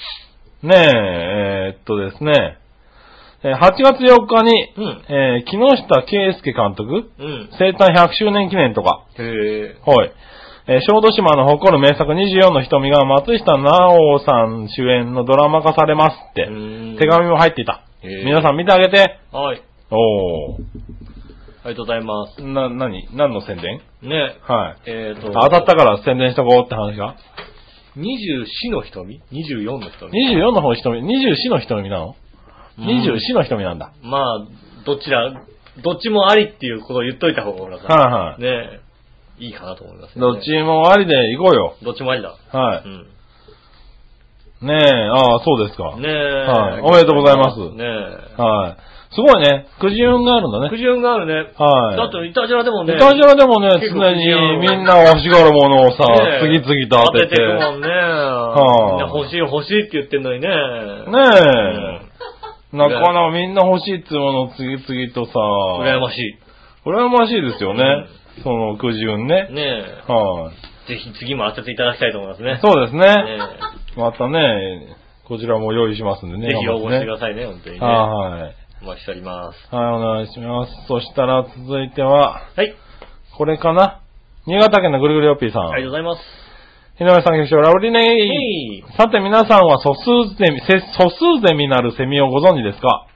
ですね。8月4日に、木下圭介監督、生誕100周年記念とか。はい。小豆島の誇る名作24の瞳が松下奈緒さん主演のドラマ化されますって、手紙も入っていた。皆さん見てあげて。 はい。 おー。 ありがとうございます。 何の宣伝？ ね。 はい。当たったから宣伝しとこうって話が。 24の瞳 ?24 の瞳 ?24 の方瞳、24の瞳なの？24の瞳なんだ。 まあ、どっちもありっていうことを言っといた方が俺はねいいかなと思います、ね。 どっちもありで行こうよ。 どっちもありだ。 はい。ねえ、ああ、そうですか。 ねえ。 はい。おめでとうございます。 ねえ。 はい。すごいね。くじ運があるんだね。 くじ運があるね。 はい。 だってイタジラでもね。 イタジラでもね、常にみんな欲しがるものをさ、次々と当てて。 当ててるもんね。みんな欲しいって言ってんのにね。 ねえ。なかなかみんな欲しいっていうものを次々とさ、 羨ましい。 羨ましいですよね。そのくじ運ね。 ねえ。 はい。 ぜひ次も当てていただきたいと思いますね。 そうですね。またね、こちらも用意しますんでね。 ぜひ応募してくださいね、本当にね。 はい。 お待ちしております。 はい、お願いします。そしたら続いては、 はい。 これかな。新潟県のぐるぐるよっぴーさん。 ありがとうございます。 井上さん局長、ラブリネイ。さて皆さんは素数ゼミなるセミをご存知ですか？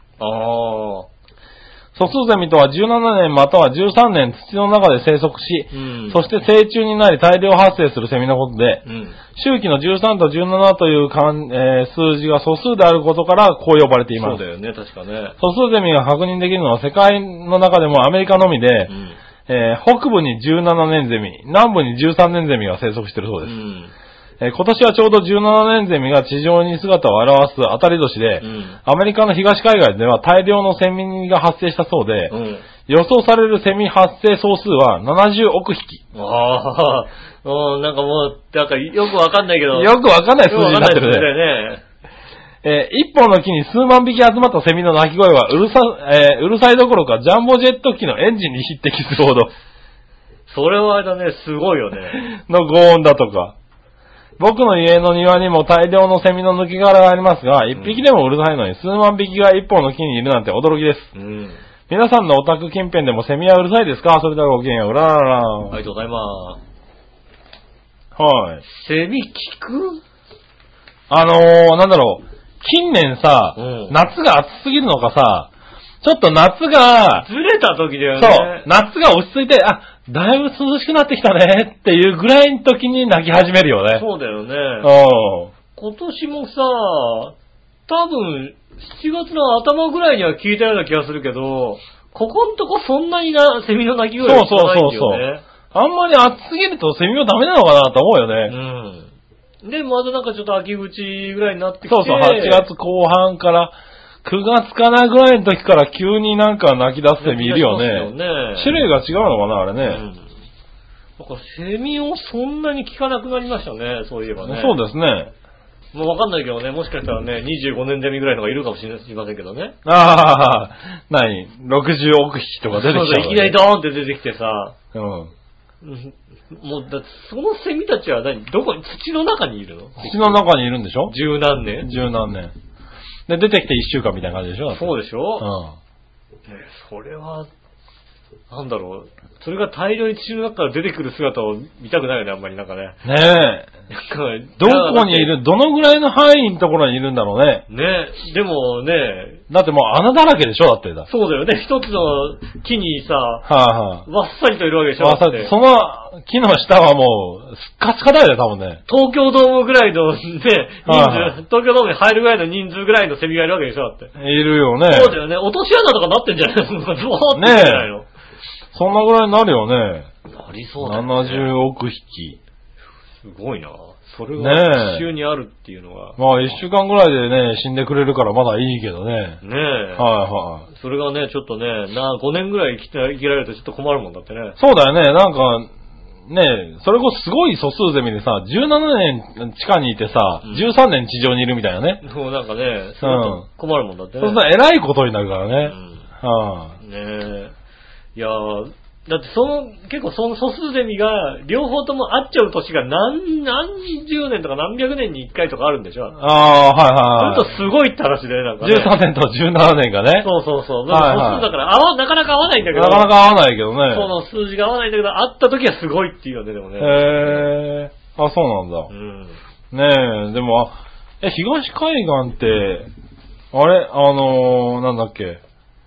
素数ゼミとは17年または13年土の中で生息し、そして成虫になり大量発生するセミのことで、周期の13と17という数字が素数であることからこう呼ばれています。 そうだよね、確かね。 素数ゼミが確認できるのは世界の中でもアメリカのみで、北部に17年ゼミ、南部に13年ゼミが生息しているそうです。 今年はちょうど17年ゼミが地上に姿を現す当たり年で、アメリカの東海岸では大量のセミが発生したそうで、予想されるセミ発生総数は70億匹。 ああ、なんかもう、なんかよくわかんないけど。 よくわかんない数字になってるね。一本の木に数万匹集まったセミの鳴き声はうるさいどころかジャンボジェット機のエンジンに匹敵するほど。 それはあれだね、すごいよね。 の轟音だとか。僕の家の庭にも大量のセミの抜け殻がありますが、一匹でもうるさいのに数万匹が一本の木にいるなんて驚きです。皆さんのお宅近辺でもセミはうるさいですか？それではごきげんよう。うららら。 ありがとうございます。 はい。 セミ聞く？ なんだろう。近年さ、夏が暑すぎるのかさ、ちょっと夏が、 ずれた時だよね。 そう。夏が落ち着いて、だいぶ涼しくなってきたねっていうぐらいの時に泣き始めるよね。 そうだよね。今年もさ、多分、7月の頭ぐらいには聞いたような気がするけど、ここんとこそんなにセミの鳴き声が聞かないんだよね。 あんまり暑すぎるとセミはダメなのかなと思うよね。 で、まだなんかちょっと秋口ぐらいになってきて。 そうそう、8月後半から9月かなぐらいの時から急になんか鳴き出すセミいるよね。種類が違うのかな、あれね。 なんかセミをそんなに聞かなくなりましたね、そういえばね。 そうですね。 もうわかんないけどね、もしかしたらね、25年ゼミぐらいのがいるかもしれませんけどね。 何 ?60 億匹とか出てきた、ね。 そう、いきなりドーンって出てきてさ。もう、だってそのセミたちはどこに、土の中にいるの？ 土の中にいるんでしょ？ 十何年。 で、出てきて1週間みたいな感じでしょ？ そうでしょ？それは、なんだろう。それが大量に土の中から出てくる姿を見たくないよね、あんまりなんかね。 ねえ。どこにいる、どのぐらいの範囲のところにいるんだろうね。 ねえ。でもね。 だってもう穴だらけでしょ、だって。 そうだよね。一つの木にさ、わっさりといるわけでしょ。 わっさり。その木の下はもう、スカスカだよね、多分ね。 東京ドームぐらいのね、人数、東京ドームに入るぐらいの人数ぐらいのセミがいるわけでしょ、だって。 いるよね。 そうだよね。落とし穴とかなってんじゃないの？どうってんじゃないの？ そんなぐらいになるよね。 なりそうだね。 70億匹。 すごいな。それが一週にあるっていうのは。 まあ一週間ぐらいでね、死んでくれるからまだいいけどね。 ねえ。それがね、ちょっとね、5年ぐらい生きられるとちょっと困るもんだってね。 そうだよね。なんか、ねそれこそすごい素数ゼミでさ、17年地下にいてさ、13年地上にいるみたいなね。 そう、なんかね、そう困るもんだってね。 そうすると偉いことになるからね。 ねえ。いやー、だって結構その素数ゼミが、両方とも合っちゃう年が何十年とか何百年に一回とかあるんでしょ？ほんとすごいって話で、なんかね。 13年と17年がね。 そう。素数だからなかなか合わないんだけど。 なかなか合わないけどね。 その数字が合わないんだけど、合った時はすごいっていうよね、でもね。 そうなんだ。ねえ、でも、東海岸って、あれなんだっけ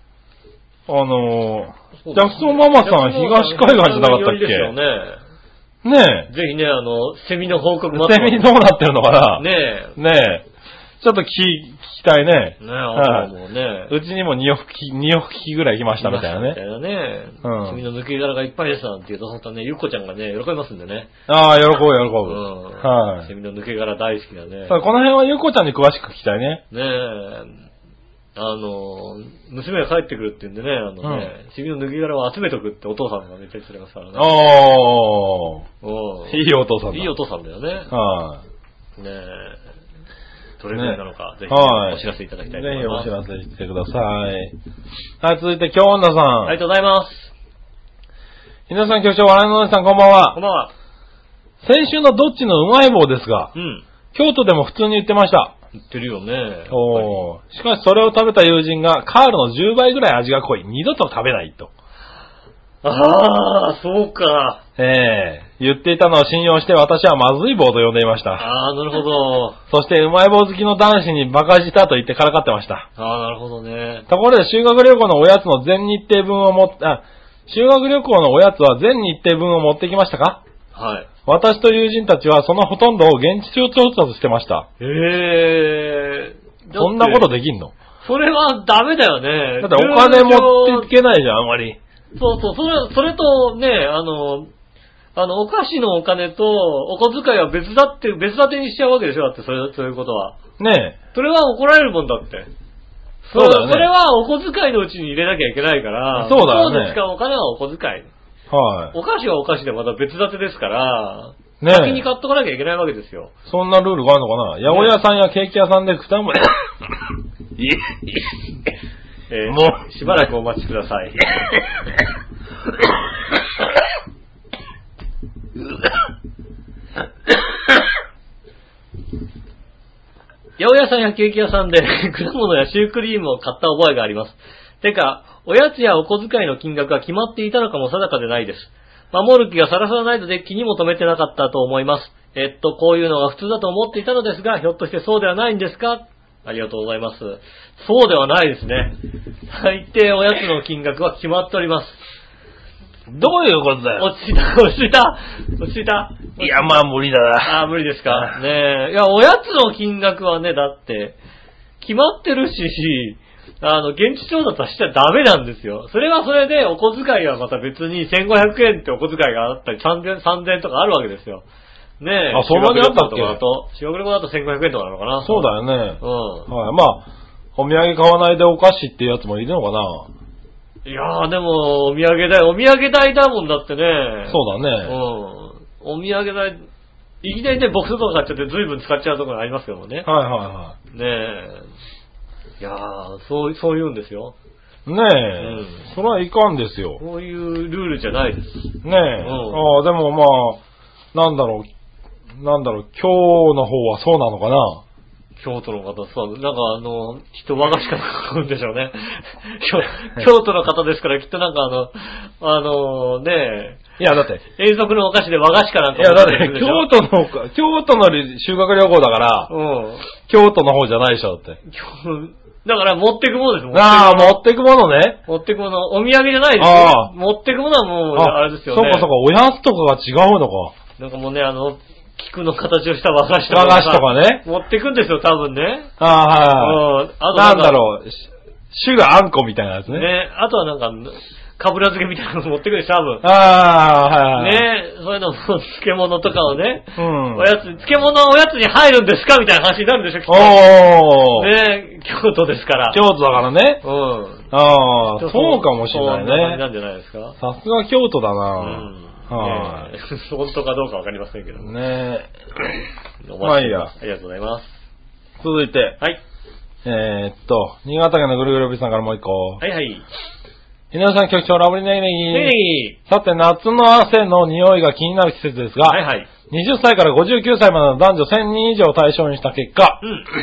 ジャクソンママさん東海岸じゃなかったっけ？ねえ。 ぜひね、セミの報告待ってます。 セミどうなってるのかな？ ねえ。ちょっと聞きたいね。 もうね。 うちにも2億匹ぐらい来ましたみたいなね。 セミの抜け殻がいっぱいですなんて言うと、ほんとね、ゆっこちゃんがね、喜びますんでね。 喜ぶ。 セミの抜け殻大好きだね。 この辺はゆっこちゃんに詳しく聞きたいね。 ねえ。娘が帰ってくるって言うんでね、セミの抜け殻を集めとくってお父さんがめっちゃ言ってますからね。いいお父さんだ。 いいお父さんだよね。ねえ。どれくらいなのか、ぜひお知らせいただきたいと思います。 ぜひお知らせしてください。はい、続いて京女さん。 ありがとうございます。 皆さん局長、笑いのお姉さんこんばんは。 こんばんは。 先週のどっちのうまい棒ですが、京都でも普通に言ってました。 言ってるよね。 しかしそれを食べた友人がカールの10倍ぐらい味が濃い。二度と食べないと。 そうか。 言っていたのを信用して私はまずい棒と呼んでいました。 なるほど。 そしてうまい棒好きの男子に馬鹿舌と言ってからかってました。 なるほどね。 ところで修学旅行のおやつの全日程分を修学旅行のおやつは全日程分を持ってきましたか？ はい。 私と友人たちはそのほとんどを現地調達してました。そんなことできんの？ それはダメだよね。 だってお金持っていけないじゃん、あんまり。 そう。それとね、 お菓子のお金とお小遣いは別立てにしちゃうわけでしょだってそういうことは。 ねえ。 それは怒られるもんだって。 そうだよね。 それはお小遣いのうちに入れなきゃいけないから、 そうだよね。 そうで使うお金はお小遣い。 はい。 お菓子はお菓子でまた別立てですから、 ね、 先に買っとかなきゃいけないわけですよ。 そんなルールがあるのかな、八百屋さんやケーキ屋さんで2ももうしばらくお待ちください。八百屋さんやケーキ屋さんで果物やシュークリームを買った覚えがあります。てか、おやつやお小遣いの金額が決まっていたのかも定かでないです。守る気がさらさらないので気にも留めてなかったと思います。こういうのが普通だと思っていたのですが、ひょっとしてそうではないんですか？ありがとうございます。そうではないですね。大抵おやつの金額は決まっております。 どういうことだよ。 落ち着いた。 いや、まあ無理だな。 無理ですか。ねえ。いや、おやつの金額はね、だって、決まってるし、現地調達はしちゃダメなんですよ。それはそれで、お小遣いはまた別に1500円ってお小遣いがあったり、3000円とかあるわけですよ。ねえ。 あ、そんなにあったっけ？ 修学旅行だと1500円とかなのかな。 そうだよね。 うん。 はい。まあ、お土産買わないでお菓子っていうやつもいるのかな。 いやー、でも、お土産代だもんだってね。 そうだね。 うん。お土産代、いきなりね、ボックスとか買っちゃって随分使っちゃうところありますけどもね。 はい。 ねえ。いやー、そう言うんですよ。 ねえ。それはいかんですよ。 そういうルールじゃないです。 ねえ。でもまあ、なんだろう、今日の方はそうなのかな。 京都の方、そう、なんかきっと和菓子から買うんでしょうね。京都の方ですから、きっとなんかねえ。 いや、だって。 遠足のお菓子で和菓子かなんか。 いや、だって、京都の修学旅行だから、京都の方じゃないでしょ、だって。 だから持ってくものですもん。 持ってくものね。 持ってくもの。お土産じゃないですよ。持ってくものはもう、あれですよね。 そうか、おやつとかが違うのか。 なんかもうね、菊の形をした和菓子とか。 和菓子とかね。 持ってくんですよ、多分ね。 はい。なんだろう。種があんこみたいなやつね。 ね。あとはなんか、かぶら漬けみたいなの持ってくるでしょ、多分。 はい。 ね。そういうのも、漬物とかをね。 おやつ、漬物はおやつに入るんですかみたいな話になるんでしょ、きっと。ね。京都ですから。 京都だからね。そうかもしれないね。 なんじゃないですか。 さすが京都だな。 本当かどうかわかりませんけどね。 まあいいや。ありがとうございます。 続いて。 はい。 新潟県のぐるぐるおびさんからもう一個。 はいはい。 井上さん局長、ラブリネギネギ。さて、夏の汗の匂いが気になる季節ですが、 はいはい。 20歳から59歳までの男女1000人以上を対象にした結果、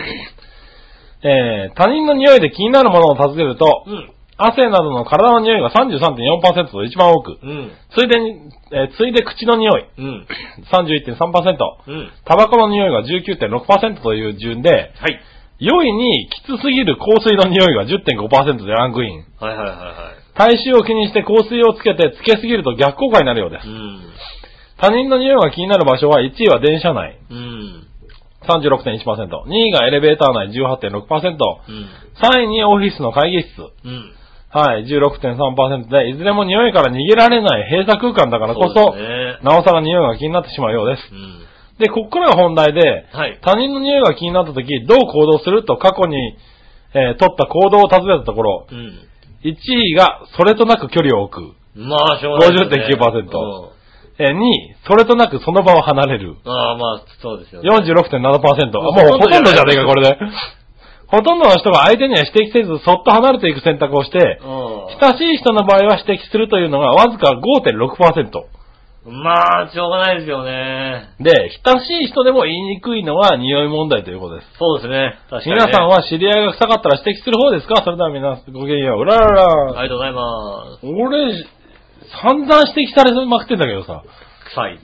他人の匂いで気になるものを尋ねると、汗などの体の匂いが 33.4% と一番多く、ついで口の匂い、31.3%、タバコの匂いが 19.6% という順で、良いにきつすぎる香水の匂いが 10.5% でランクイン。体臭を気にして香水をつけすぎると逆効果になるようです。他人の匂いが気になる場所は1位は電車内。36.1%。2位がエレベーター内 18.6%。3位にオフィスの会議室。はい、16.3% で、いずれも匂いから逃げられない閉鎖空間だからこそ、なおさら匂いが気になってしまうようです。で、ここからが本題で、他人の匂いが気になったとき、どう行動すると過去に、取った行動を尋ねたところ、1位がそれとなく距離を置く。 まあ、しょうがないですね。 50.9%。2位、それとなくその場を離れる。 まあ、そうですよね。 46.7%。もうほとんどじゃねえか、これで。ほとんどの人が相手には指摘せず、そっと離れていく選択をして、親しい人の場合は指摘するというのがわずか 5.6%。 まあ、しょうがないですよね。 で、親しい人でも言いにくいのは匂い問題ということです。 そうですね。確かに、ね。 皆さんは知り合いが臭かったら指摘する方ですか？それでは皆さんごきげんよう。うららら。 ありがとうございます。 俺、散々指摘されまくってんだけどさ。 臭い。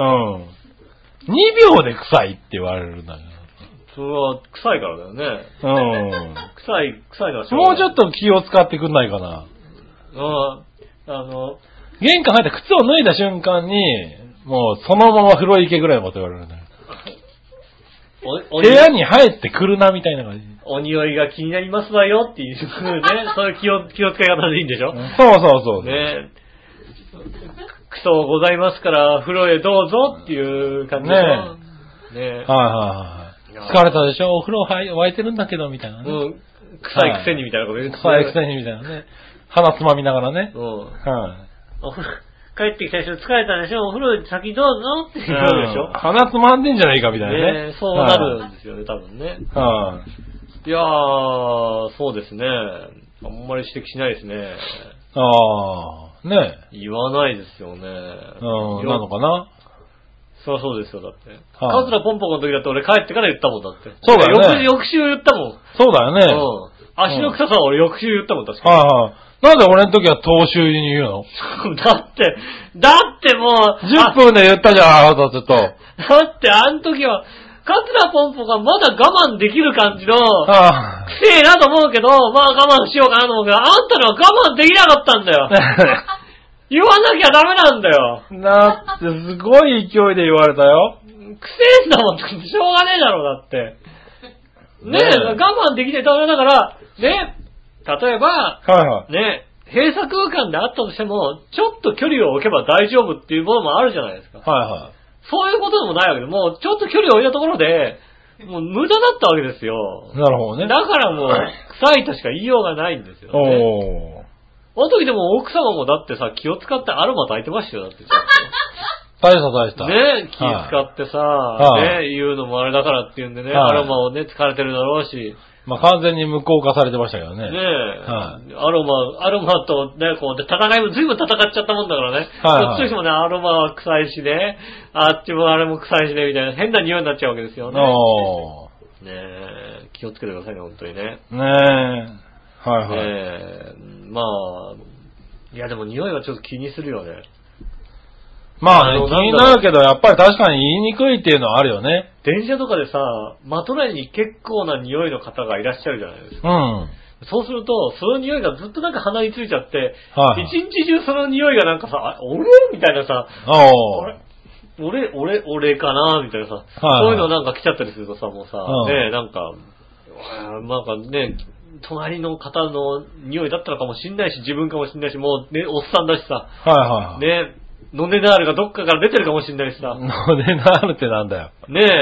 2秒で臭いって言われるんだけど。 それは臭いからだよね。臭いのはもうちょっと気を使ってくんないかな。玄関入って靴を脱いだ瞬間に、もうそのまま風呂行けぐらいのこと言われるんだよ。部屋に入ってくるなみたいな感じ。 お匂いが気になりますわよっていうね、そういう気を使い方でいいんでしょ？ そう。 ね。 クソございますから、風呂へどうぞっていう感じで。ねえ。はい。疲れたでしょお風呂沸いてるんだけど、みたいなね。 臭いくせにみたいなこと言って。 臭いくせにみたいなね。鼻つまみながらね。 帰ってきた人疲れたでしょお風呂先どうぞって言うでしょ鼻つまんでんじゃないかみたいなね。 そうなるんですよね、多分ね。いやー、そうですね。あんまり指摘しないですね。 ね言わないですよね。 なのかなそうですよ、だって。桂ポンポコの時だって俺帰ってから言ったもんだって。 そうだよね。 翌週言ったもん。 そうだよね。 足の臭さは俺翌週言ったもん、確かに。 なんで俺の時は当週に言うのだってもう。 10分で言ったじゃん、だってと。 だってあの時は、桂ポンポがまだ我慢できる感じの、くせえなと思うけど、まあ我慢しようかなと思うけど、あんたのは我慢できなかったんだよ。言わなきゃダメなんだよ。 だってすごい勢いで言われたよ。 くせえんだもん、しょうがねえだろ、だって。ねえ、我慢できないとダメだから、ね、例えば、ね、閉鎖空間であったとしても、ちょっと距離を置けば大丈夫っていうものもあるじゃないですか。そういうことでもないわけで、もうちょっと距離を置いたところで、もう無駄だったわけですよ。 なるほどね。 だからもう、臭いとしか言いようがないんですよね。あの時でも奥様もだってさ、気を使ってアロマ炊いてましたよ、だって。 大した。 ね、気使ってさ、ね、言うのもあれだからっていうんでね、アロマをね、疲れてるだろうし。 まあ完全に無効化されてましたけどね。 ねえ、アロマとね、こう、戦いも随分戦っちゃったもんだからね。こっちとしてもね、アロマは臭いしね、あっちもあれも臭いしね、みたいな変な匂いになっちゃうわけですよね。ねえ、気をつけてくださいね、本当にね。まあ、いやでも匂いはちょっと気にするよね。 まあね、気になるけど、やっぱり確かに言いにくいっていうのはあるよね。 電車とかでさ、マト内に結構な匂いの方がいらっしゃるじゃないですか。そうすると、その匂いがずっとなんか鼻についちゃって、一日中その匂いがなんかさ、俺みたいなさ、俺かなみたいなさ、そういうのなんか来ちゃったりするとさ、もうさ、ね、なんかね、隣の方の匂いだったのかもしんないし、自分かもしんないし、もうね、おっさんだしさ、ね、ノネナールがどっかから出てるかもしんないしさ。 ノネナールってなんだよ。 ねえ、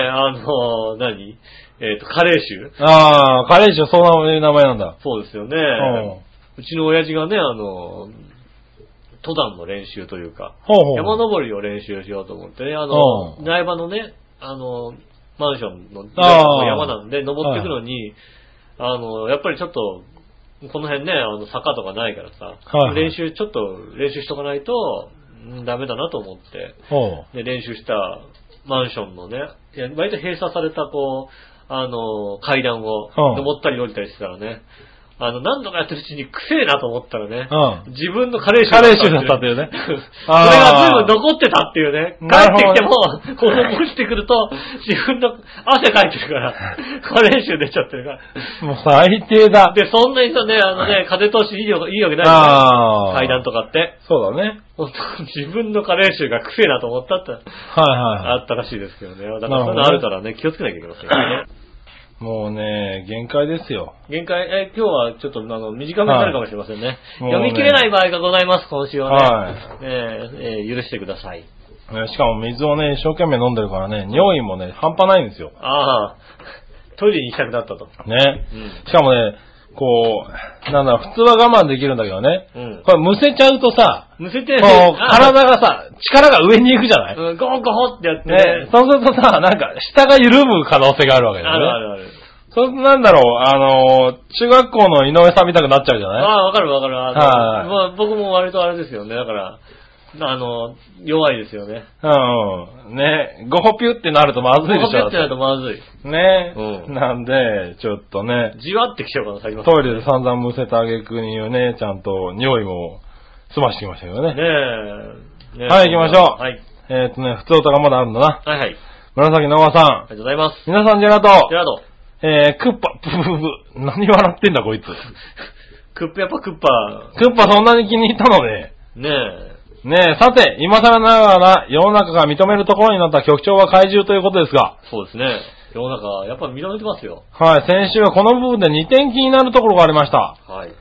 カレー臭カレー臭、そういう名前なんだ。 そうですよね。うちの親父がね、登山の練習というか、山登りを練習しようと思ってね、苗場のね、マンションの山なんで登っていくのに、やっぱりちょっと、この辺ね、坂とかないからさ、ちょっと練習しとかないと、ダメだなと思って、で、練習したマンションのね、割と閉鎖された階段を登ったり降りたりしてたらね、何度かやってるうちにくせえなと思ったらね、自分のカレー臭だったっていうね。 それが随分残ってたっていうね。帰ってきても、この落ちてくると、自分の汗かいてるから、カレー臭出ちゃってるから。 もう最低だ。 で、そんなにさね、風通しいいわけないじゃん。階段とかって。 そうだね。 自分のカレー臭がくせえなと思ったって、あったらしいですけどね。だからそういうのあるからね、気をつけなきゃいけませんね。 もうね、限界ですよ。 限界、今日はちょっと短めになるかもしれませんね。読み切れない場合がございます、今週はね。許してください。 しかも水をね、一生懸命飲んでるからね、匂いもね、半端ないんですよ。 トイレに行きたくなったと。 ね。しかもね、こう、普通は我慢できるんだけどね。これむせちゃうとさ、体がさ、力が上に行くじゃない？ ゴホゴホってやってね。 そうするとさ、なんか、下が緩む可能性があるわけだよね。ある。そうなんだろう、中学校の井上さんみたくなっちゃうじゃない？ わかる。僕も割とあれですよね。だから、弱いですよね。 ね、ゴホピュってなるとまずいでしょ。ゴホピュってなるとまずい。 ね、なんで、ちょっっとね。 じわってきちゃうからさ、今。 トイレで散々むせた挙句にね、ちゃんと匂いも済ましてきましたけどね。 ねえ。 はい、行きましょう。 はい。 普通歌がまだあるんだな。 はいはい。 紫のおばさん。 ありがとうございます。 皆さんジェラート。 ジェラート。 クッパ、プププ。何笑ってんだこいつ。 クッパ、やっぱクッパ。 クッパそんなに気に入ったのね。 ねえ。 ねえ、さて、今更ながら世の中が認めるところになった局長は怪獣ということですが。 そうですね。世の中、やっぱり認めてますよ。 はい、先週はこの部分で2点気になるところがありました。 はい。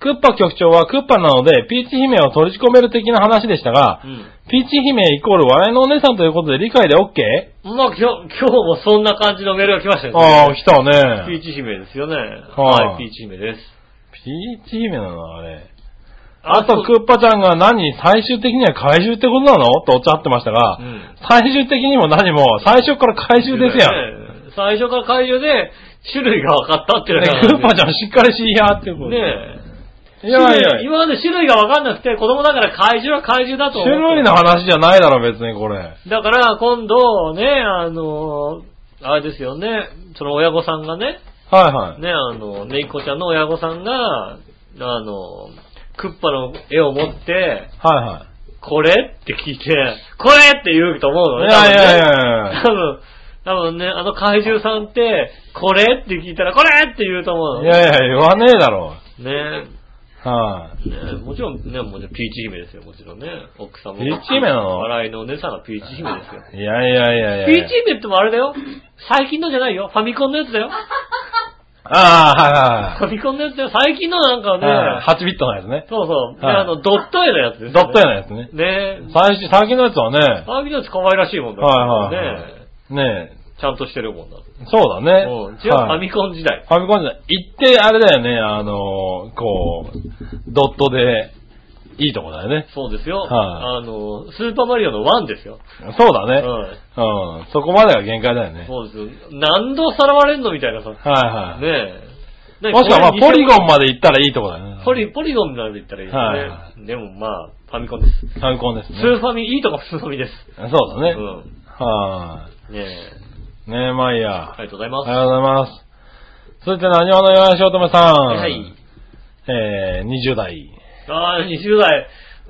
クッパ局長はクッパなので、ピーチ姫を取り込める的な話でしたが、ピーチ姫イコール笑いのお姉さんということで理解で OK？ まあ今日もそんな感じのメールが来ましたよね。 ああ、来たね。 ピーチ姫ですよね。はい、ピーチ姫です。 ピーチ姫なのあれ。あと、クッパちゃんが最終的には怪獣ってことなのとおっしゃってましたが、最終的にも何も、最初から怪獣ですやん。 最初から怪獣で、種類が分かったっていうのが、クッパちゃんしっかりしいやってこと。 ねえ。いや、今まで種類が分かんなくて、子供だから怪獣は怪獣だと思う。 種類の話じゃないだろ、別にこれ。 だから、今度、ね、あれですよね、その親御さんがね、 はいはい。 ね、ねいこちゃんの親御さんが、クッパの絵を持って、 はいはい。 これって聞いて、これって言うと思うのね。 いや。 多分ね、怪獣さんって、これって聞いたら、これって言うと思うの。 いや、言わねえだろ。 ねはい、 ねもちろんね、もちろんピーチ姫ですよ、もちろんね。奥様ピーチ姫なの？ 笑いのお姉さんがピーチ姫ですよ。 いや。 ピーチ姫ってもあれだよ。最近のじゃないよ。ファミコンのやつだよ。 ああ、はい。 ファミコンのやつだよ。最近のなんかね。 8ビットのやつね。 そうそう。ドット絵のやつですね。 ドット絵のやつね。 ね最近のやつはね。 最近のやつ可愛らしいもんだねちゃんとしてるもんだ。 そうだね。 違う、ファミコン時代。 ファミコン時代。行って、あれだよね、ドットで、いいとこだよね。 そうですよ。スーパーマリオの1ですよ。 そうだね。そこまでが限界だよね。 そうですよ。何度さらわれんのみたいなさ。ねえ。もしくはポリゴンまで行ったらいいとこだよね。 ポリゴンまで行ったらいいですね。でもファミコンです。 ファミコンですね。 スーファミ、いいとこスーファミです。 そうだね。ねえ、まあいいや。 ありがとうございます。 ありがとうございます。続いて、何話のよやしおとめさん。 はい。 20代。 20代。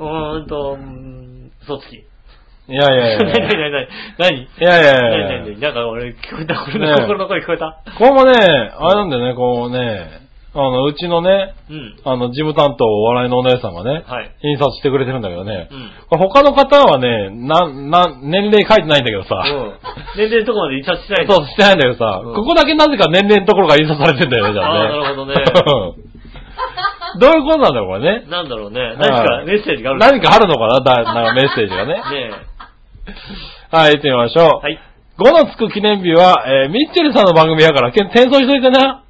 嘘つき。 いや。 何いや。 なんか俺聞こえた。俺の心の声聞こえた。 これもね、あれなんだよね、うちのね、事務担当お笑いのお姉さんがね、印刷してくれてるんだけどね、他の方はね、年齢書いてないんだけどさ、 年齢のところまで印刷してないそう、してないんだけどさ、ここだけなぜか年齢のところが印刷されてんだよね、じゃあね。 なるほどね。 どういうことなんだろう、これね。 なんだろうね。何かメッセージがある何かあるのかななんかメッセージがね。はい、行ってみましょう。 はい。 5のつく記念日は、ミッチェルさんの番組やから、転送しといてな。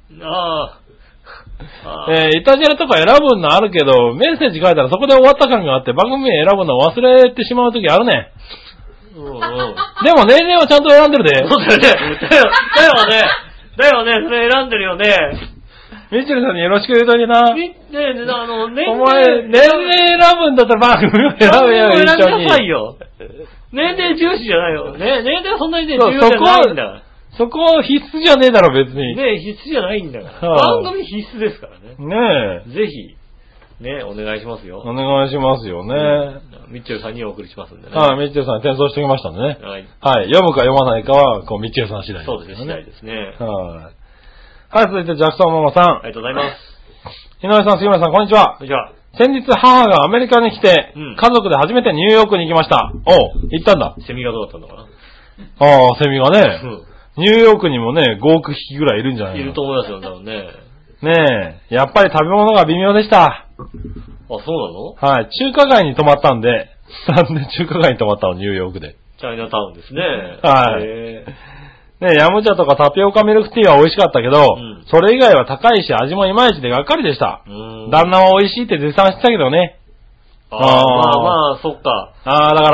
イタジェラとか選ぶのあるけど、メッセージ書いたらそこで終わった感があって、番組名選ぶの忘れてしまうときあるね。でも年齢はちゃんと選んでるで。 そうだよね。だよね、それ選んでるよね。 ミッチェルさんによろしく言うといてな。 お前、年齢選ぶんだったら番組を選べよ、一緒に。 選びなさいよ。年齢重視じゃないよ。年齢はそんなにね、重要じゃないんだから。 そこ必須じゃねえだろ、別に。 ね必須じゃないんだから。番組必須ですからね。 ねぜひ、ねお願いしますよ。 お願いしますよね。 ミッチェルさんにお送りしますんでね。 はい、ミッチェルさんに転送しておきましたんでね。 はい。 はい、読むか読まないかは、ミッチェルさん次第ですね。 そうですね、次第ですね。 はい、続いてジャクソンママさん。 ありがとうございます。 井上さん、杉村さん、こんにちは。 こんにちは。 先日母がアメリカに来て、家族で初めてニューヨークに行きました。行ったんだ。 セミがどうだったのかな。 セミがね。ニューヨークにもね、5億匹ぐらいいるんじゃないの？ いると思いますよ、多分ね。 ねえ、やっぱり食べ物が微妙でした。 そうなの？ はい、中華街に泊まったんで、なんで中華街に泊まったの、ニューヨークで。 チャイナタウンですね。 はい。ねえ、ヤムチャとかタピオカミルクティーは美味しかったけど、それ以外は高いし味もいまいちでがっかりでした。旦那は美味しいって絶賛してたけどね。 まあ、そっか。 だから、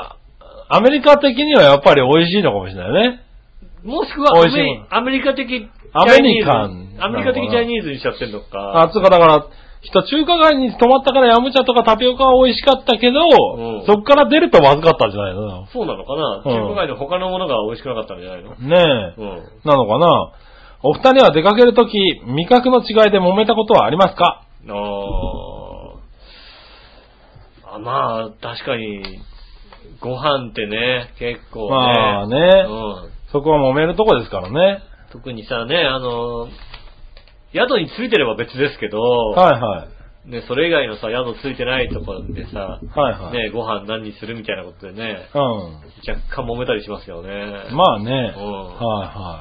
アメリカ的にはやっぱり美味しいのかもしれないね。 もしくはアメリカ的チャイニーズ。アメリカ的チャイニーズにしちゃってんのか。 だから、中華街に泊まったからヤムチャとかタピオカは美味しかったけど、そっから出るとまずかったんじゃないの？ そうなのかな？中華街の他のものが美味しくなかったんじゃないの？ ねえ。なのかな？お二人は出かけるとき、味覚の違いで揉めたことはありますか？ まあ、確かに、ご飯ってね、結構ね。 まあね。そこは揉めるとこですからね。 特にさ、ね、宿についてれば別ですけど、 はいはい。 ね、それ以外のさ、宿ついてないところでさ、 はいはい。 ね、ご飯何にするみたいなことでね、若干揉めたりしますよね。 まあね。はいはい。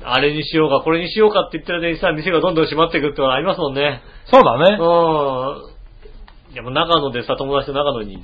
あれにしようか、これにしようかって言ってる間にさ、店がどんどん閉まっていくってのがありますもんね。 そうだね。 でも長野でさ、友達と長野に行って、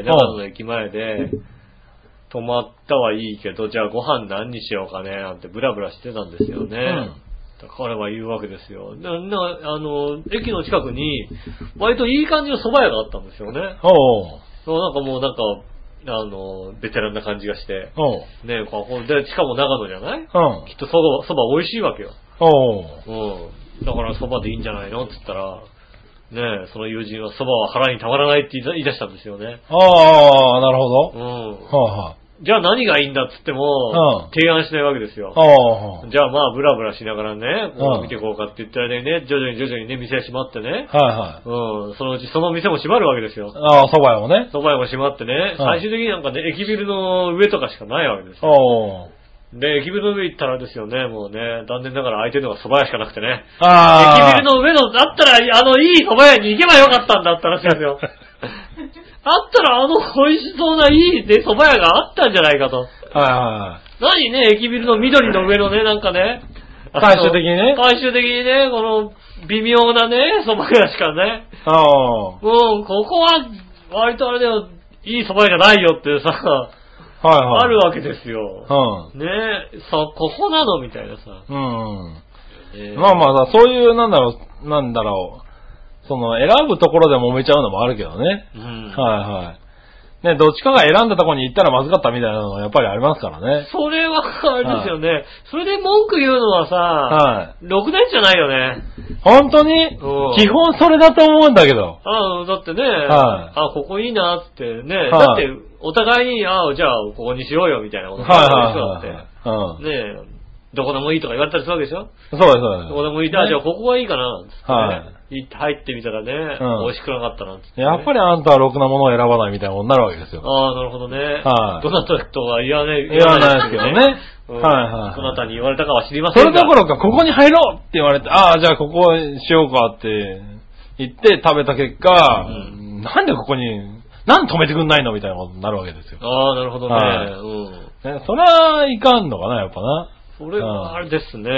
長野の駅前で、泊まったはいいけど、じゃあご飯何にしようかね、なんてブラブラしてたんですよね。彼は言うわけですよ。駅の近くに、割といい感じの蕎麦屋があったんですよね。なんかもうベテランな感じがして。ねで、しかも長野じゃない？きっと蕎麦美味しいわけよ。だから蕎麦でいいんじゃないのって言ったら、その友人は蕎麦は腹にたまらないって言い出したんですよね。なるほど。じゃあ何がいいんだっつっても、提案しないわけですよ。じゃあまあブラブラしながらね、見ていこうかって言ったらね、徐々にね、店が閉まってね。そのうちその店も閉まるわけですよ。 蕎麦屋もね。 蕎麦屋も閉まってね、最終的になんかね、駅ビルの上とかしかないわけですよ。で、駅ビルの上行ったらですよね、もうね、残念ながら空いてるのが蕎麦屋しかなくてね。駅ビルの上の、だったら、いい蕎麦屋に行けばよかったんだったらしいですよ。あったら美味しそうないいね、蕎麦屋があったんじゃないかと。何ね、駅ビルの緑の上のね、なんかね。 最終的にね、 この、微妙なね、蕎麦屋しかね。ここは、割とあれだよ、いい蕎麦屋じゃないよってさ、あるわけですよ。ここなのみたいなさ。まあまあ、そういう、なんだろう。その、選ぶところで揉めちゃうのもあるけどね。ね、どっちかが選んだところに行ったらまずかったみたいなのはやっぱりありますからね。 それは、あれですよね。それで文句言うのはさ、ろくなやつじゃないよね。 本当に基本それだと思うんだけど。 だってね、ここいいなってね、だって、お互いに、じゃあ、ここにしようよみたいなことだって。ねどこでもいいとか言われたりするわけでしょ？そうです。どこでもいい。じゃあここがいいかな入ってみたらね、美味しくなかったなって。 やっぱりあんたはろくなものを選ばないみたいなことになるわけですよ。 なるほどね。どなたとは言わないですけどね。 どなたに言われたかは知りませんが。 それどころか、ここに入ろうって言われて、じゃあここしようかって言って食べた結果、なんでここに、なんで止めてくんないのみたいなことになるわけですよ。 なるほどね。 それはいかんのかな、やっぱな。 それはあれですね。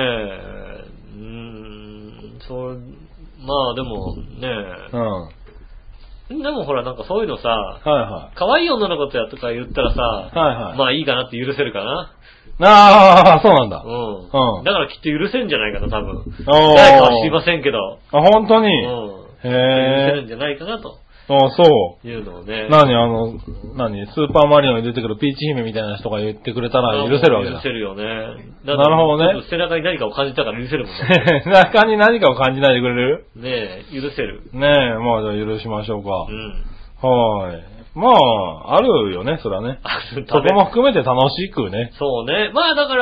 まあでもね。でもほらなんかそういうのさ、可愛い女の子とやとか言ったらさ、まあいいかなって許せるかな。 そうなんだ。 だからきっと許せんじゃないかな、多分。誰かは知りませんけど。 本当に許せるんじゃないかなと。 そう。 いうのをね。 スーパーマリオに出てくるピーチ姫みたいな人が言ってくれたら許せるわけだ。 許せるよね。 なるほどね。 背中に何かを感じたから許せるもんね。 背中に何かを感じないでくれる？ ねえ、許せる。 ねえ、まあじゃあ許しましょうか。まあ、あるよね、それはね。そこも含めて楽しくね。 そうね。まあだから、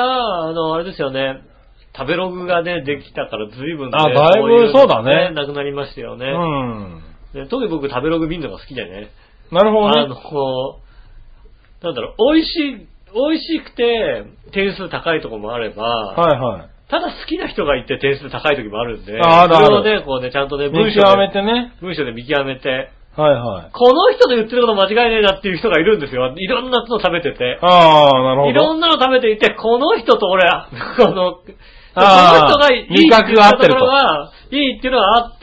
あれですよね。食べログがね、できたから随分ね。 だいぶそうだね。 なくなりましたよね。特に僕食べログ見るのが好きでね。 なるほどね。 美味しくて点数高いところもあれば、ただ好きな人がいて点数高い時もあるんで、それをね、ちゃんとね、文章で見極めて、この人の言ってること間違いねえなっていう人がいるんですよ。いろんなの食べてて。 なるほど。 いろんなの食べていて、この人と俺、この人がいいっていうところが、いいっていうのがあって、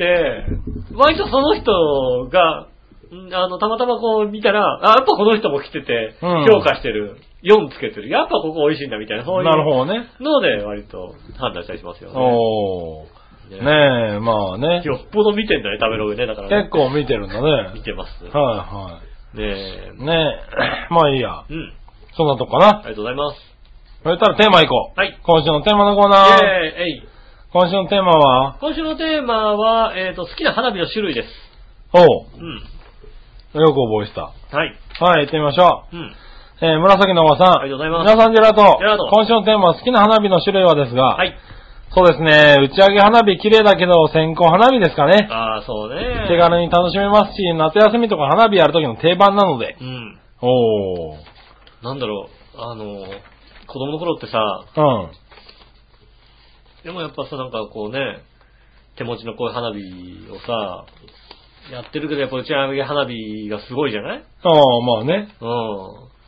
割とその人が、たまたまこう見たら、やっぱこの人も来てて、評価してる。4つけてる。やっぱここ美味しいんだみたいな、そういうので割と判断したりしますよね。 ねえ、まあね。 よっぽど見てんだね、食べログね、だからね。 結構見てるんだね。 見てます。 ねえ。 まあいいや。そんなとこかな。 ありがとうございます。 それたらテーマいこう。今週のテーマのコーナー。今週のテーマは好きな花火の種類です。 よく覚えてた。行ってみましょう。紫のおばさん。 ありがとうございます。 皆さんジェラート。今週のテーマは好きな花火の種類はですが、そうですね、打ち上げ花火綺麗だけど線香花火ですかね。 そうね。 手軽に楽しめますし、夏休みとか花火やるときの定番なので。 なんだろう、子供の頃ってさ、でもやっぱさ、なんかこうね、手持ちのこういう花火をさ、やってるけどやっぱ打ち上げ花火がすごいじゃない？ まあね。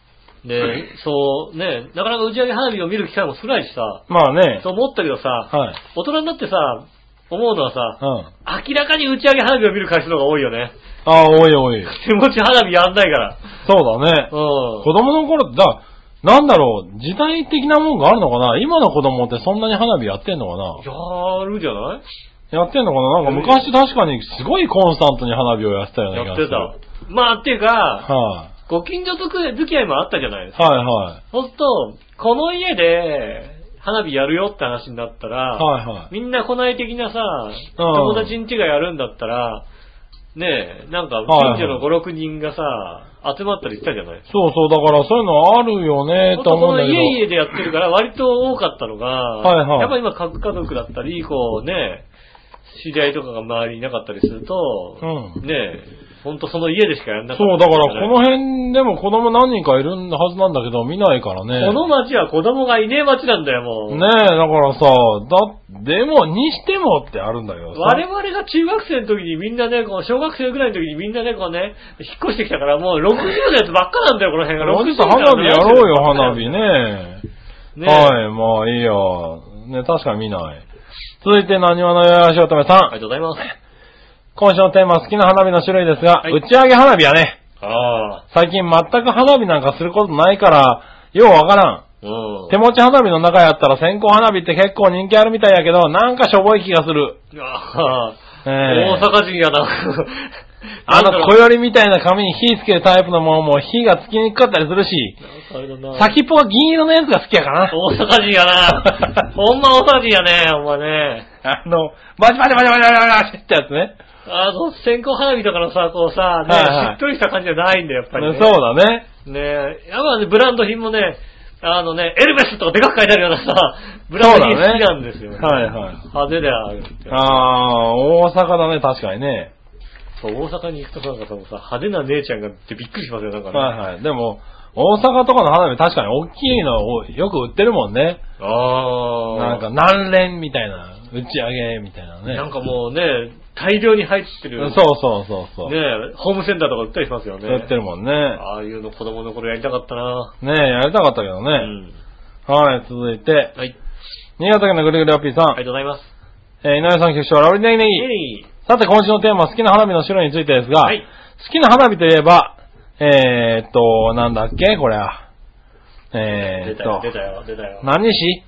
で、そうね、なかなか打ち上げ花火を見る機会も少ないしさ。 まあね。 そう思ったけどさ、 はい。 大人になってさ、思うのはさ、 うん。 明らかに打ち上げ花火を見る回数の方が多いよね。 ああ、多い多い。 手持ち花火やんないから。 そうだね。 うん。 子供の頃って、なんだろう、時代的なもんがあるのかな？今の子供ってそんなに花火やってんのかな？ やるじゃない？ やってんのかな？なんか昔確かにすごいコンスタントに花火をやってたような気がする。 やってた。まあっていうか、 はい、 ご近所付き合いもあったじゃないですか。 はいはい。 そうすると、この家で花火やるよって話になったら、 はいはい。 みんな来ない的なさ、友達ん家がやるんだったら、ねえ、なんか近所の5、6人がさ、集まったりしたじゃない。 そうそう、だからそういうのあるよね、と思うんだけど。 この家でやってるから割と多かったのが、 はいはい。 やっぱり今核家族だったり、こうね、知り合いとかが周りにいなかったりすると、 うん。 ねえ、ほんとその家でしかやんなかった、 そう、だからこの辺でも子供何人かいるはずなんだけど、見ないからね。 この町は子供がいねえ町なんだよ、もう。 ねえ、だからさ、でも、にしてもってあるんだけどさ。 我々が中学生の時にみんなね、こう小学生ぐらいの時にみんなね、こうね、引っ越してきたからもう60のやつばっかなんだよ、この辺が。 もうちょっと花火やろうよ、花火ね。 ねはい、まあいいよ。ね、確かに見ない。続いて、なにわのよやしおとめさん。 ありがとうございます。 今週のテーマ、好きな花火の種類ですが、 はい、 打ち上げ花火はね、 あ最近全く花火なんかすることないから、ようわからん。手持ち花火の中やったら線香花火って結構人気あるみたいやけど、なんかしょぼい気がする。 大阪人やな。 小よりみたいな紙に火つけるタイプのものも火がつきにくかったりするし、先っぽが銀色のやつが好きやかな。 大阪人やな。ほんま大阪人やね、ほんまね。 バチバチバチバチバチってやつね。 線香花火とかのさ、こうさ、ね、はいはい、しっとりした感じじゃないんだよ、やっぱり、ね。 そうだね。 ねえ、やっぱね、ブランド品もね、エルメスとかでかく書いてあるようなさ、ブランド品好きなんですよ、ね。はいはい。派手であるって。 大阪だね、確かにね。 そう、大阪に行くとなんかさ、派手な姉ちゃんがってびっくりしますよ、なんかね。 はいはい。でも、大阪とかの花火確かに大きいのをよく売ってるもんね。なんか何連みたいな、打ち上げみたいなね。 なんかもうね、大量に入ってる。 そう。 ねえ、ホームセンターとか売ったりしますよね。 売ってるもんね。 ああいうの子供の頃やりたかったな。 ねえ、やりたかったけどね。うん、はい、続いて。はい。新潟県のぐるぐるアッピーさん。 ありがとうございます。 井上さん局長、ラブリネギネギ。さて、今週のテーマ、好きな花火の種類についてですが、はい、好きな花火といえば、なんだっけこれは。 出たよ。 何し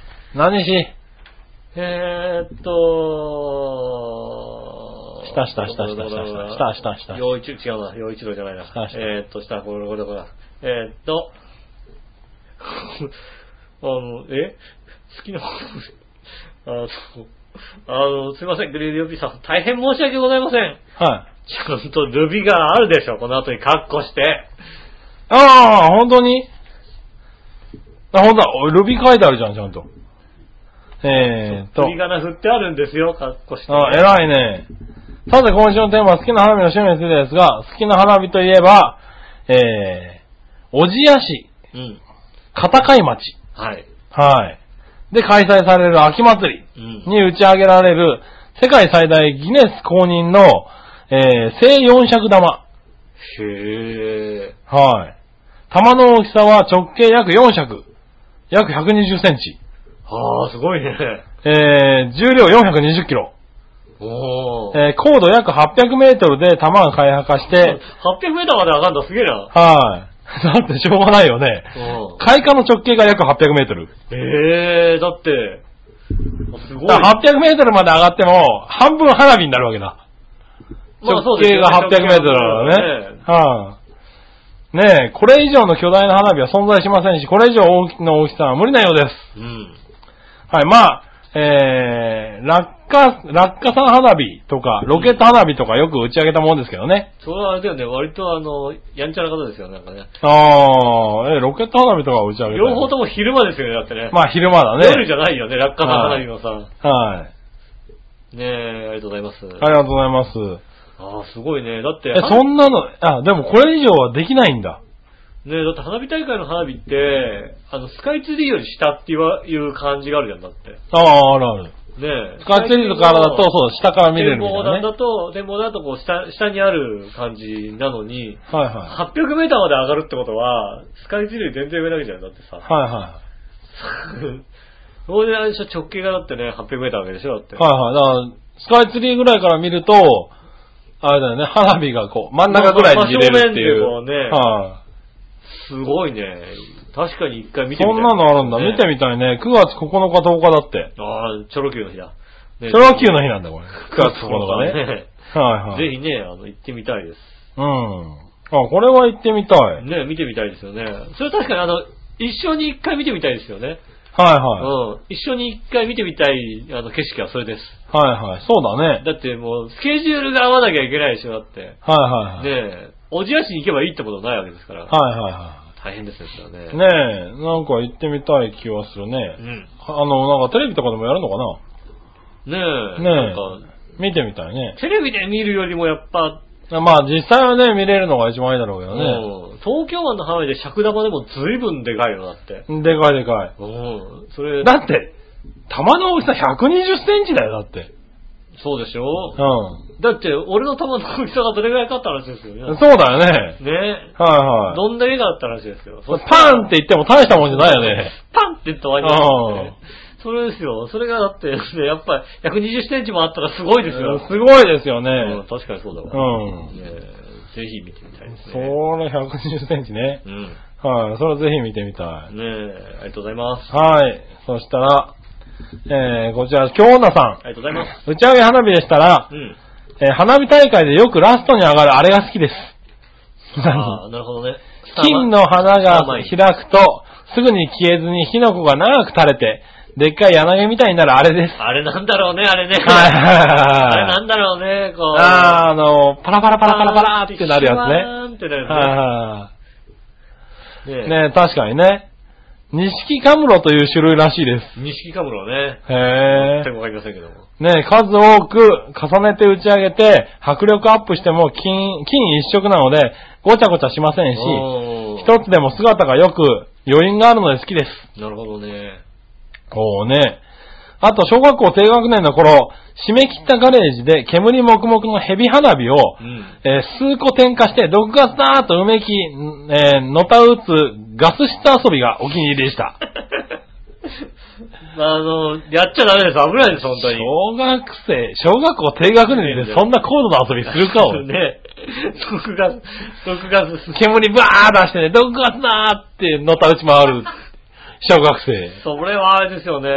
下。 陽一郎じゃないな。下、これ。好きなすいません、グリーディオピーさん。大変申し訳ございません。 はい。 ちゃんとルビがあるでしょ、この後にカッコして。 ああ、本当にほんと、ルビ書いてあるじゃん、ちゃんと。 振り仮名振ってあるんですよ、カッコして、ね。 偉いね。さて、今週のテーマは好きな花火の趣味についてですが、好きな花火といえば、小千谷市、片貝町。 はい。 はい。で開催される秋祭りに打ち上げられる世界最大ギネス公認の、正四尺玉。 へー。 はい。玉の大きさは直径約4尺。約120センチ。 はあ、すごいね。 重量420キロ。高度約800メートルで弾が開花して、 800メートルまで上がるんだ、すげえな。 はい。だってしょうがないよね。開花の直径が約800メートル。 だって、すごい。 800メートルまで上がっても、半分花火になるわけだ。直径が800メートルだからね。ねえ、これ以上の巨大な花火は存在しませんし、これ以上の大きさは無理なようです。はい、まあ、落下傘花火とか、ロケット花火とかよく打ち上げたもんですけどね。 それはあれだよね、割とやんちゃな方ですよね、なんかね。 ロケット花火とか打ち上げた。 両方とも昼間ですよね、だってね。 まあ昼間だね。 夜じゃないよね、落下傘花火のさ。 はい。 ねえ、ありがとうございます。 ありがとうございます。 すごいね。だって。 そんなの、でもこれ以上はできないんだ。 ねえ、だって花火大会の花火って、スカイツリーより下っていう感じがあるじゃん、だって。 あるある。 ねえ。 スカイツリーからだと、そう、下から見れるみたいな、ね。 展望だとこう、下にある感じなのに、 はいはい。 800メーターまで上がるってことは、スカイツリー全然上だけじゃん、だってさ。 はいはい。 それであれでしょ、直径がだってね、800メーターわけでしょ、だって。 はいはい。だから、スカイツリーぐらいから見ると、あれだよね、花火がこう、真ん中ぐらいに見れるっていう。 真正面でこうね。 はい。 すごいね。確かに一回見てみたい、 そんなのあるんだ。見てみたいね。9月9日10日だって。 ああ、チョロ Q の日だ。 ね、チョロ Q の日なんだ、これ。9月9日ね。はいはい。 ぜひね、行ってみたいです。 うん。あ、これは行ってみたい。 ね、見てみたいですよね。それ確かに一緒に一回見てみたいですよね。 はいはい。 うん。一緒に一回見てみたい、景色はそれです。 はいはい。そうだね。 だってもう、スケジュールが合わなきゃいけないでしょ、だって。 はいはいはい。 ねえ、小千谷市に行けばいいってことないわけですから。 はいはいはい。 大変ですよね。 ねえ、なんか行ってみたい気はするね。うん。なんかテレビとかでもやるのかな？ねえ。なんか、見てみたいね。 テレビで見るよりもやっぱ、 まあ実際はね、見れるのが一番いいだろうけどね。 東京湾の範囲で尺玉でも随分でかいよ、だって。 でかいでかい。 それ。 だって、玉の大きさ120センチだよ、だって。 そうでしょ？うん。だって、俺の玉の大きさがどれぐらいかった話ですよね。 そうだよね。 ね。 はいはい。 どんだけかった話ですよ。 パンって言っても大したもんじゃないよね。 パンって言ったわけですね。それですよ。それがだって、ね、やっぱり120センチもあったらすごいですよ。 すごいですよね。 確かにそうだわ。ぜひ見てみたいですね。 それ120センチね。はい。それぜひ見てみたい。 ねえ、ありがとうございます。 はい。そしたら、こちら、京女さん。 ありがとうございます。 打ち上げ花火でしたら、花火大会でよくラストに上がるあれが好きです。 ああ、なるほどね。 金の花が開くと、すぐに消えずに火の粉が長く垂れて、でっかい柳みたいになるあれです。 あれなんだろうね、あれね。 あれなんだろうね、こう。 パラパラパラパラパラってなるやつね。ね、確かにね。錦カムロという種類らしいです。 錦カムロね。 へぇー。 全然わかりませんけども。 ね、数多く重ねて打ち上げて、迫力アップしても金一色なので、ごちゃごちゃしませんし、一つでも姿がよく余韻があるので好きです。 なるほどね。 ね。あと、小学校低学年の頃、締め切ったガレージで煙黙々のヘビ花火を、数個点火して、毒ガスだーとうめき、のたうつガス室遊びがお気に入りでした。 やっちゃダメです。危ないです、本当に。 小学校低学年でそんな高度な遊びするかを。 ね。毒ガス。 煙バー出してね、毒ガスだーってのたうち回る。小学生。 それはあれですよね。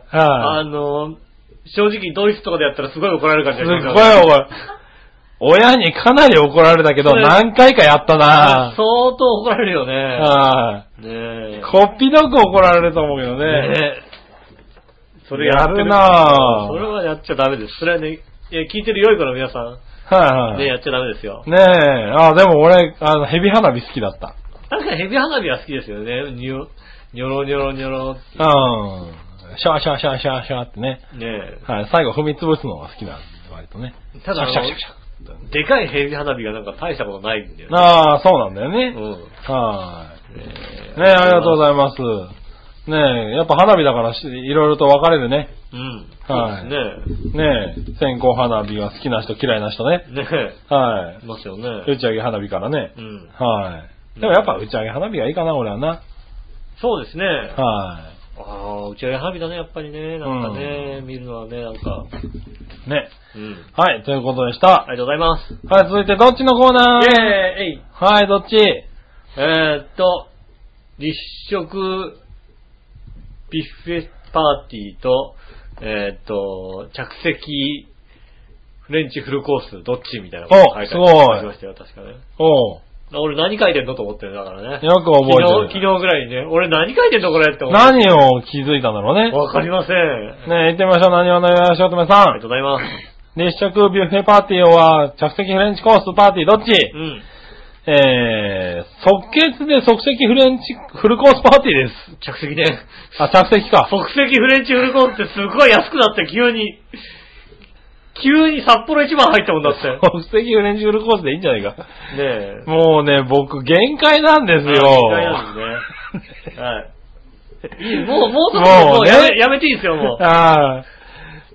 正直ドイツとかでやったらすごい怒られる感じですごい怒られる。親にかなり怒られるだけど、何回かやったな相当怒られるよね。 はい。 ねえ。 こっぴどく怒られると思うけどね。 それやるなそれはやっちゃダメです。それはね、聞いてる良い子の皆さん。はい。ねやっちゃダメですよ。 ねえ。でも俺、ヘビ花火好きだった。 確かにヘビ花火は好きですよね。ニョロニョロニョロ。 シャーシャーシャーシャーシャーってね。 ねえ。 はい。最後踏み潰すのが好きなんです、割とね。 ただ、でかいヘビ花火がなんか大したことないんだよね。 ああ、そうなんだよね。はい。ねえ、ありがとうございます。ねえ、やっぱ花火だからいろいろと分かれるね。はい。ねえ、線香花火が好きな人嫌いな人ね。 ねえ。 はい。 いますよね。 打ち上げ花火からね。はい。でもやっぱ打ち上げ花火がいいかな、俺はな。 そうですね。 はい。 打ち上げ花火だね、やっぱりね。なんかね、見るのはね、なんか。 ね。はい、ということでした。 ありがとうございます。 はい、続いてどっちのコーナー？はい、どっち？ 立食ビュッフェパーティーと、着席フレンチフルコースどっちみたいなことを書いてありましたよ、確かね。俺何書いてんのと思ってるだからね。 よく覚えてる。 昨日ぐらいにね、俺何書いてんのこれって思って。 何を気づいたんだろうね。 わかりません。 ねえ、行ってみましょう。何をのよしおとめさん。 ありがとうございます。 立食ビュッフェパーティーは、着席フレンチコースパーティーどっち？即決で即席フレンチフルコースパーティーです。 着席ね。 着席か。 即席フレンチフルコースってすごい安くなって急に札幌一番入ったもんだって。 即席フレンチフルコースでいいんじゃないか。 ねえ。 もうね、僕限界なんですよ。 限界なんですね。はい。もうやめていいですよ、もう。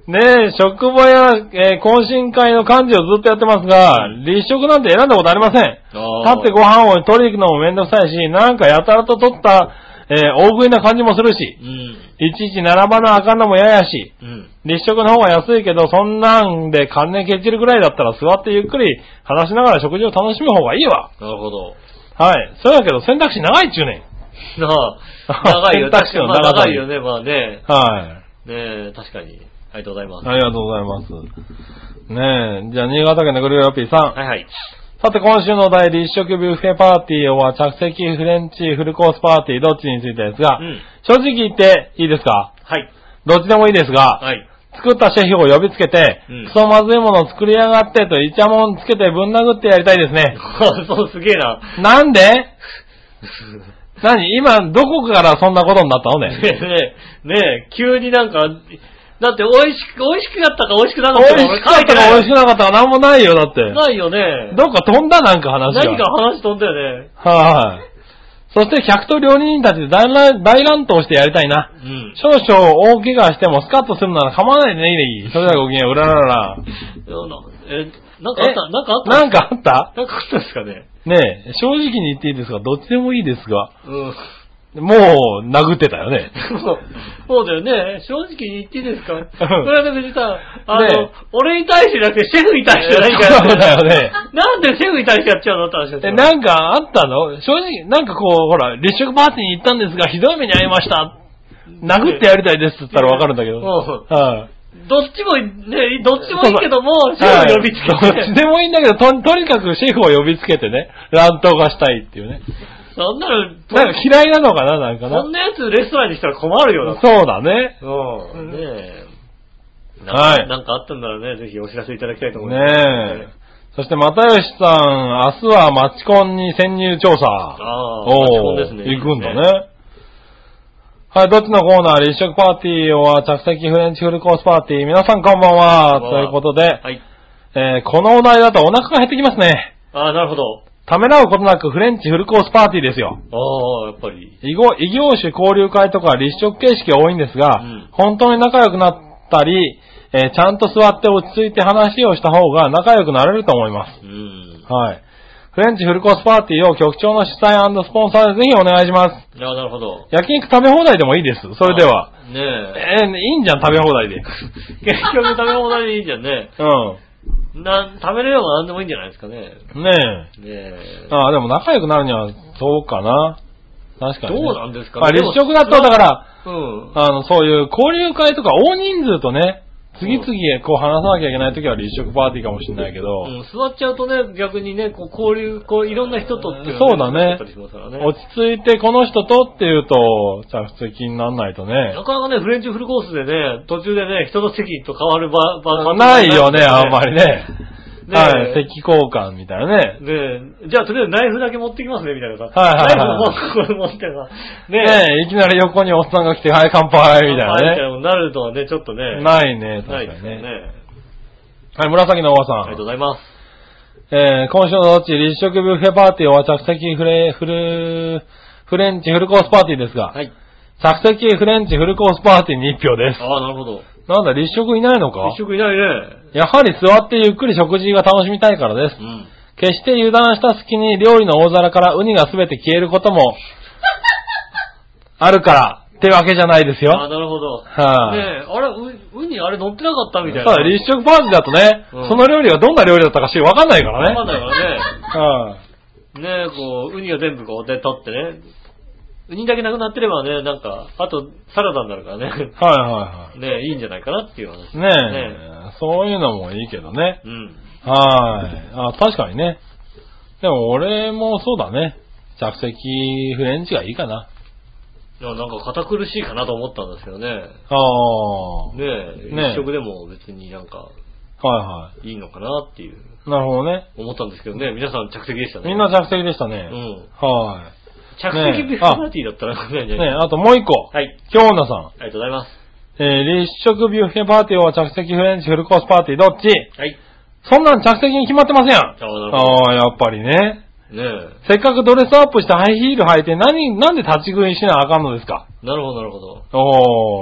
ねえ、職場や、懇親会の幹事をずっとやってますが、立食なんて選んだことありません。立ってご飯を取り行くのもめんどくさいし、なんかやたらと取った、大食いな感じもするし、いちいち並ばなあかんのも嫌やし、立食の方が安いけど、そんなんで金ケチるぐらいだったら座ってゆっくり話しながら食事を楽しむ方がいいわ。 なるほど。 はい。そうやけど選択肢長いっちゅうねん。 長いよ。 選択肢の長いよね、まあね。 はい。 ねえ、確かに。ありがとうございます。 ありがとうございます。ねえ、じゃあ、新潟県のグルーピーさん。 はいはい。 さて、今週のお題、立食ビュッフェパーティーは着席フレンチフルコースパーティーどっちについてですが、正直言っていいですか？ はい。 どっちでもいいですが、はい。作ったシェフを呼びつけて、クソまずいものを作りやがってとイチャモンつけてぶん殴ってやりたいですね。 そう、すげえな。 なんで何今、どこからそんなことになったのね。 ねえ、急になんか、だって美味しくなったか美味しくなかったか。 美味しかったか美味しくなかったかなんもないよ、だって。 ないよね。 どっか飛んだなんか話が。 何か話飛んだよね。 はい。そして客と料理人たちで大乱闘してやりたいな。少々大怪我してもスカッとするなら構わないでね、いい。それではごきげんよう、うららら。 なんかあったなんかあったですかね。 ねえ、正直に言っていいですが、どっちでもいいですが。もう、殴ってたよね。 そうだよね。正直に言っていいですか？それは別にさ、俺に対してじゃなくてシェフに対してじゃないから。 そうだよね。 なんでシェフに対してやっちゃうのって話ですよ。 なんかあったの？正直、なんかこう、ほら、立食パーティーに行ったんですが、ひどい目に遭いました。殴ってやりたいですって言ったらわかるんだけど。はい。 どっちもね、どっちもいいけども、シェフを呼びつけて。 どっちでもいいんだけど、とにかくシェフを呼びつけてね、乱闘がしたいっていうね。 そんなの、 なんか嫌いなのかな、なんかな。 そんなやつレストランにしたら困るよな。 そうだね。 ねえ。 はい。 なんかあったんならね、ぜひお知らせいただきたいと思います。 ねえ。そして、又吉さん、明日はマチコンに潜入調査。 マチコンですね。 行くんだね。はい、どっちのコーナー、立食パーティーは着席フレンチフルコースパーティー。皆さんこんばんは。ということで、はい。このお題だとお腹が減ってきますね。 なるほど。 ためらうことなくフレンチフルコースパーティーですよ。 やっぱり。 異業種交流会とか立食形式が多いんですが、本当に仲良くなったり、ちゃんと座って落ち着いて話をした方が仲良くなれると思います。はい。フレンチフルコースパーティーを局長の主催&スポンサーでぜひお願いします。 なるほど。 焼肉食べ放題でもいいです。それでは。 ねえ。 いいんじゃん、食べ放題で。 結局食べ放題でいいじゃんね。食べれれば何でもいいんじゃないですかね。ねえ。でも仲良くなるには、そうかな。確かに、ね。 どうなんですかね。 立食だと、だから、そういう交流会とか大人数とね、次々こう話さなきゃいけないときは立食パーティーかもしれないけど。 座っちゃうとね、逆にね、交流、いろんな人とっていう、 そうだね。落ち着いてこの人とっていうと、着席にならないとね。 なかなかね、フレンチフルコースでね、途中でね、人の席と変わる場ないよね、あんまりね。はい、席交換みたいなね。 じゃあとりあえずナイフだけ持ってきますね、みたいなさ。 ナイフこれ持ってさ。 いきなり横におっさんが来て、はい、乾杯みたいなね。 なるとはね、ちょっとね。 ないね、確かにね。はい、紫のおばさん。 ありがとうございます。 今週のどっち、立食ビュッフェパーティーは着席フレンチフルコースパーティーですが、着席フレンチフルコースパーティーに1票です。 なるほど。 なんだ、立食いないのか？ 立食いないね。 やはり座ってゆっくり食事が楽しみたいからです。決して油断した隙に料理の大皿からウニがすべて消えることもあるからってわけじゃないですよ。 なるほど。 ねあれ、ウニあれ乗ってなかったみたいな。 そうだ、立食パーティーだとね、その料理がどんな料理だったかわかんないからね。 わかんないからね。ウニが全部こうで取ってね。ウニだけなくなってればね、なんか、あと、サラダになるからね。ねいいんじゃないかなっていう話。 ねそういうのもいいけどね。確かにね。でも俺もそうだね。着席フレンチがいいかな。 なんか堅苦しいかなと思ったんですけどね。一食でも別になんか、いいのかなっていう。 なるほどね。 思ったんですけどね。皆さん着席でしたね。 みんな着席でしたね。 着席ビュッフェパーティーだったらあともう一個。京女さん。 ありがとうございます。 立食ビュッフェパーティーは着席フレンチフルコースパーティーどっち？そんなん着席に決まってませんやん。やっぱりね。せっかくドレスアップしてハイヒール履いてなんで立ち食いしなあかんのですか？ なるほど。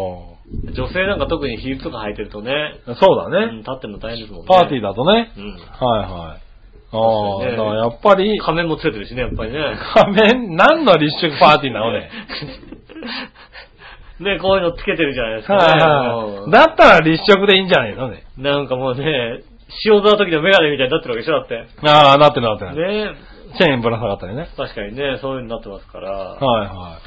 女性なんか特にヒールとか履いてるとね。 そうだね。 立ってるの大変ですもんね。 パーティーだとね。 うん。 はいはい。ああ、だからやっぱり。 仮面もつけてるしね、やっぱりね。 仮面何の立食パーティーなのね。 ね、こういうのつけてるじゃないですか、ね。 はいはい。だったら立食でいいんじゃないのね。 なんかもうね、塩沢時のメガネみたいになってるわけでしょ、だって。 ああ、なってるなってる。 ねチェーンぶら下がったりね。 確かにね、そういう風になってますから。 はいはい。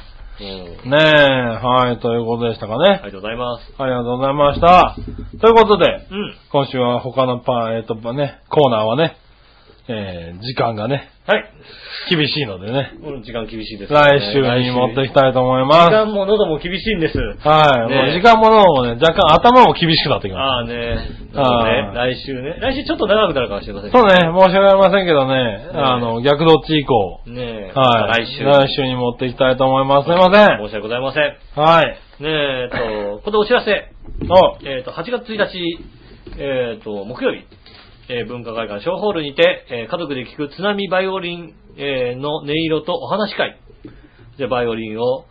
うん、 ねえ、はい、ということでしたかね。 ありがとうございます。 ありがとうございました。ということで、 うん、 今週は他のコーナーはね、時間がね、 はい。 厳しいのでね。 時間厳しいですね。 来週に持っていきたいと思います。 時間も喉も厳しいんです。 はい。ね、もう時間も喉もね、若干頭も厳しくなってきます。 ああね。来週ね。来週ちょっと長くなるかもしれません、 そうね、申し訳ありませんけどね、逆どっち以降。 ねはい。来週に持っていきたいと思います。すいません。 申し訳ございません。 はい。 ねここでお知らせ。8月1日、木曜日。文化会館小ホールにて、家族で聴く津波バイオリン、の音色とお話会。で、バイオリンを、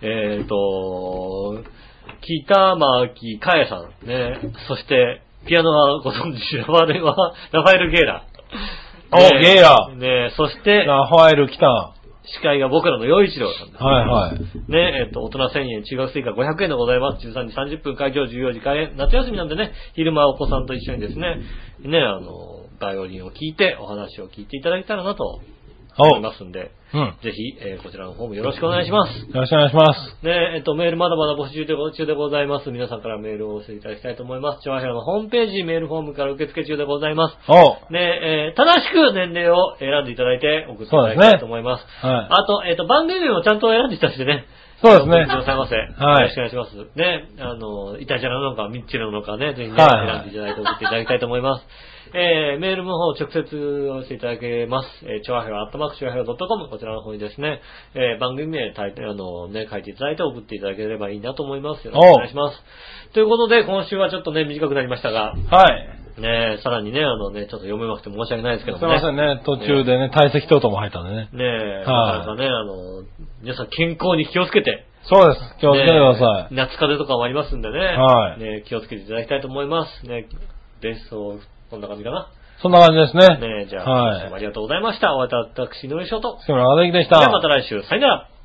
北巻かえさん、ね、そして、ピアノはご存知、ラファエル・ゲーラ。 ゲーラ。 ね、そして、 ラファエル来た。 司会が僕らの陽一郎さんです。 はいはい。 ね、大人1000円、中学生以下500円でございます。13時30分会場、14時開演。夏休みなんでね、昼間お子さんと一緒にですね、バイオリンを聴いて、お話を聞いていただけたらなと思いますんで、ぜひ、こちらの方もよろしくお願いします。 よろしくお願いします。 ね、メールまだまだ募集中でございます。皆さんからメールをお寄せいただきたいと思います。調和表のホームページ、メールフォームから受付中でございます。ね、正しく年齢を選んでいただいて送っていただきたいと思います。はい。あと、番組名もちゃんと選んでいただいてね。 そうですね。 くださいませ。はい。よろしくお願いします。ね、イタジャラなのか、ミッチェルなのかね、ぜひね、選んでいただいて送っていただきたいと思います。メールの方直接お寄せいただけます。ちょわへろ@.com こちらの方にですね、番組名書いていただいて送っていただければいいなと思います。よろしくお願いします。ということで、今週はちょっとね、短くなりましたが、はい。ね、さらにね、ちょっと読めなくて申し訳ないですけどもね。すいませんね、途中でね、体積等々も入ったんでね。ねなかなかね、皆さん健康に気をつけて。そうです。気をつけてください。夏風邪とかもありますんでね。はい。ね、気をつけていただきたいと思います。ね、こんな感じかな。そんな感じですね。ねじゃあ、はい、ありがとうございました。お会いいた私、井上翔と。杉村和之でした。ではまた来週、さよなら。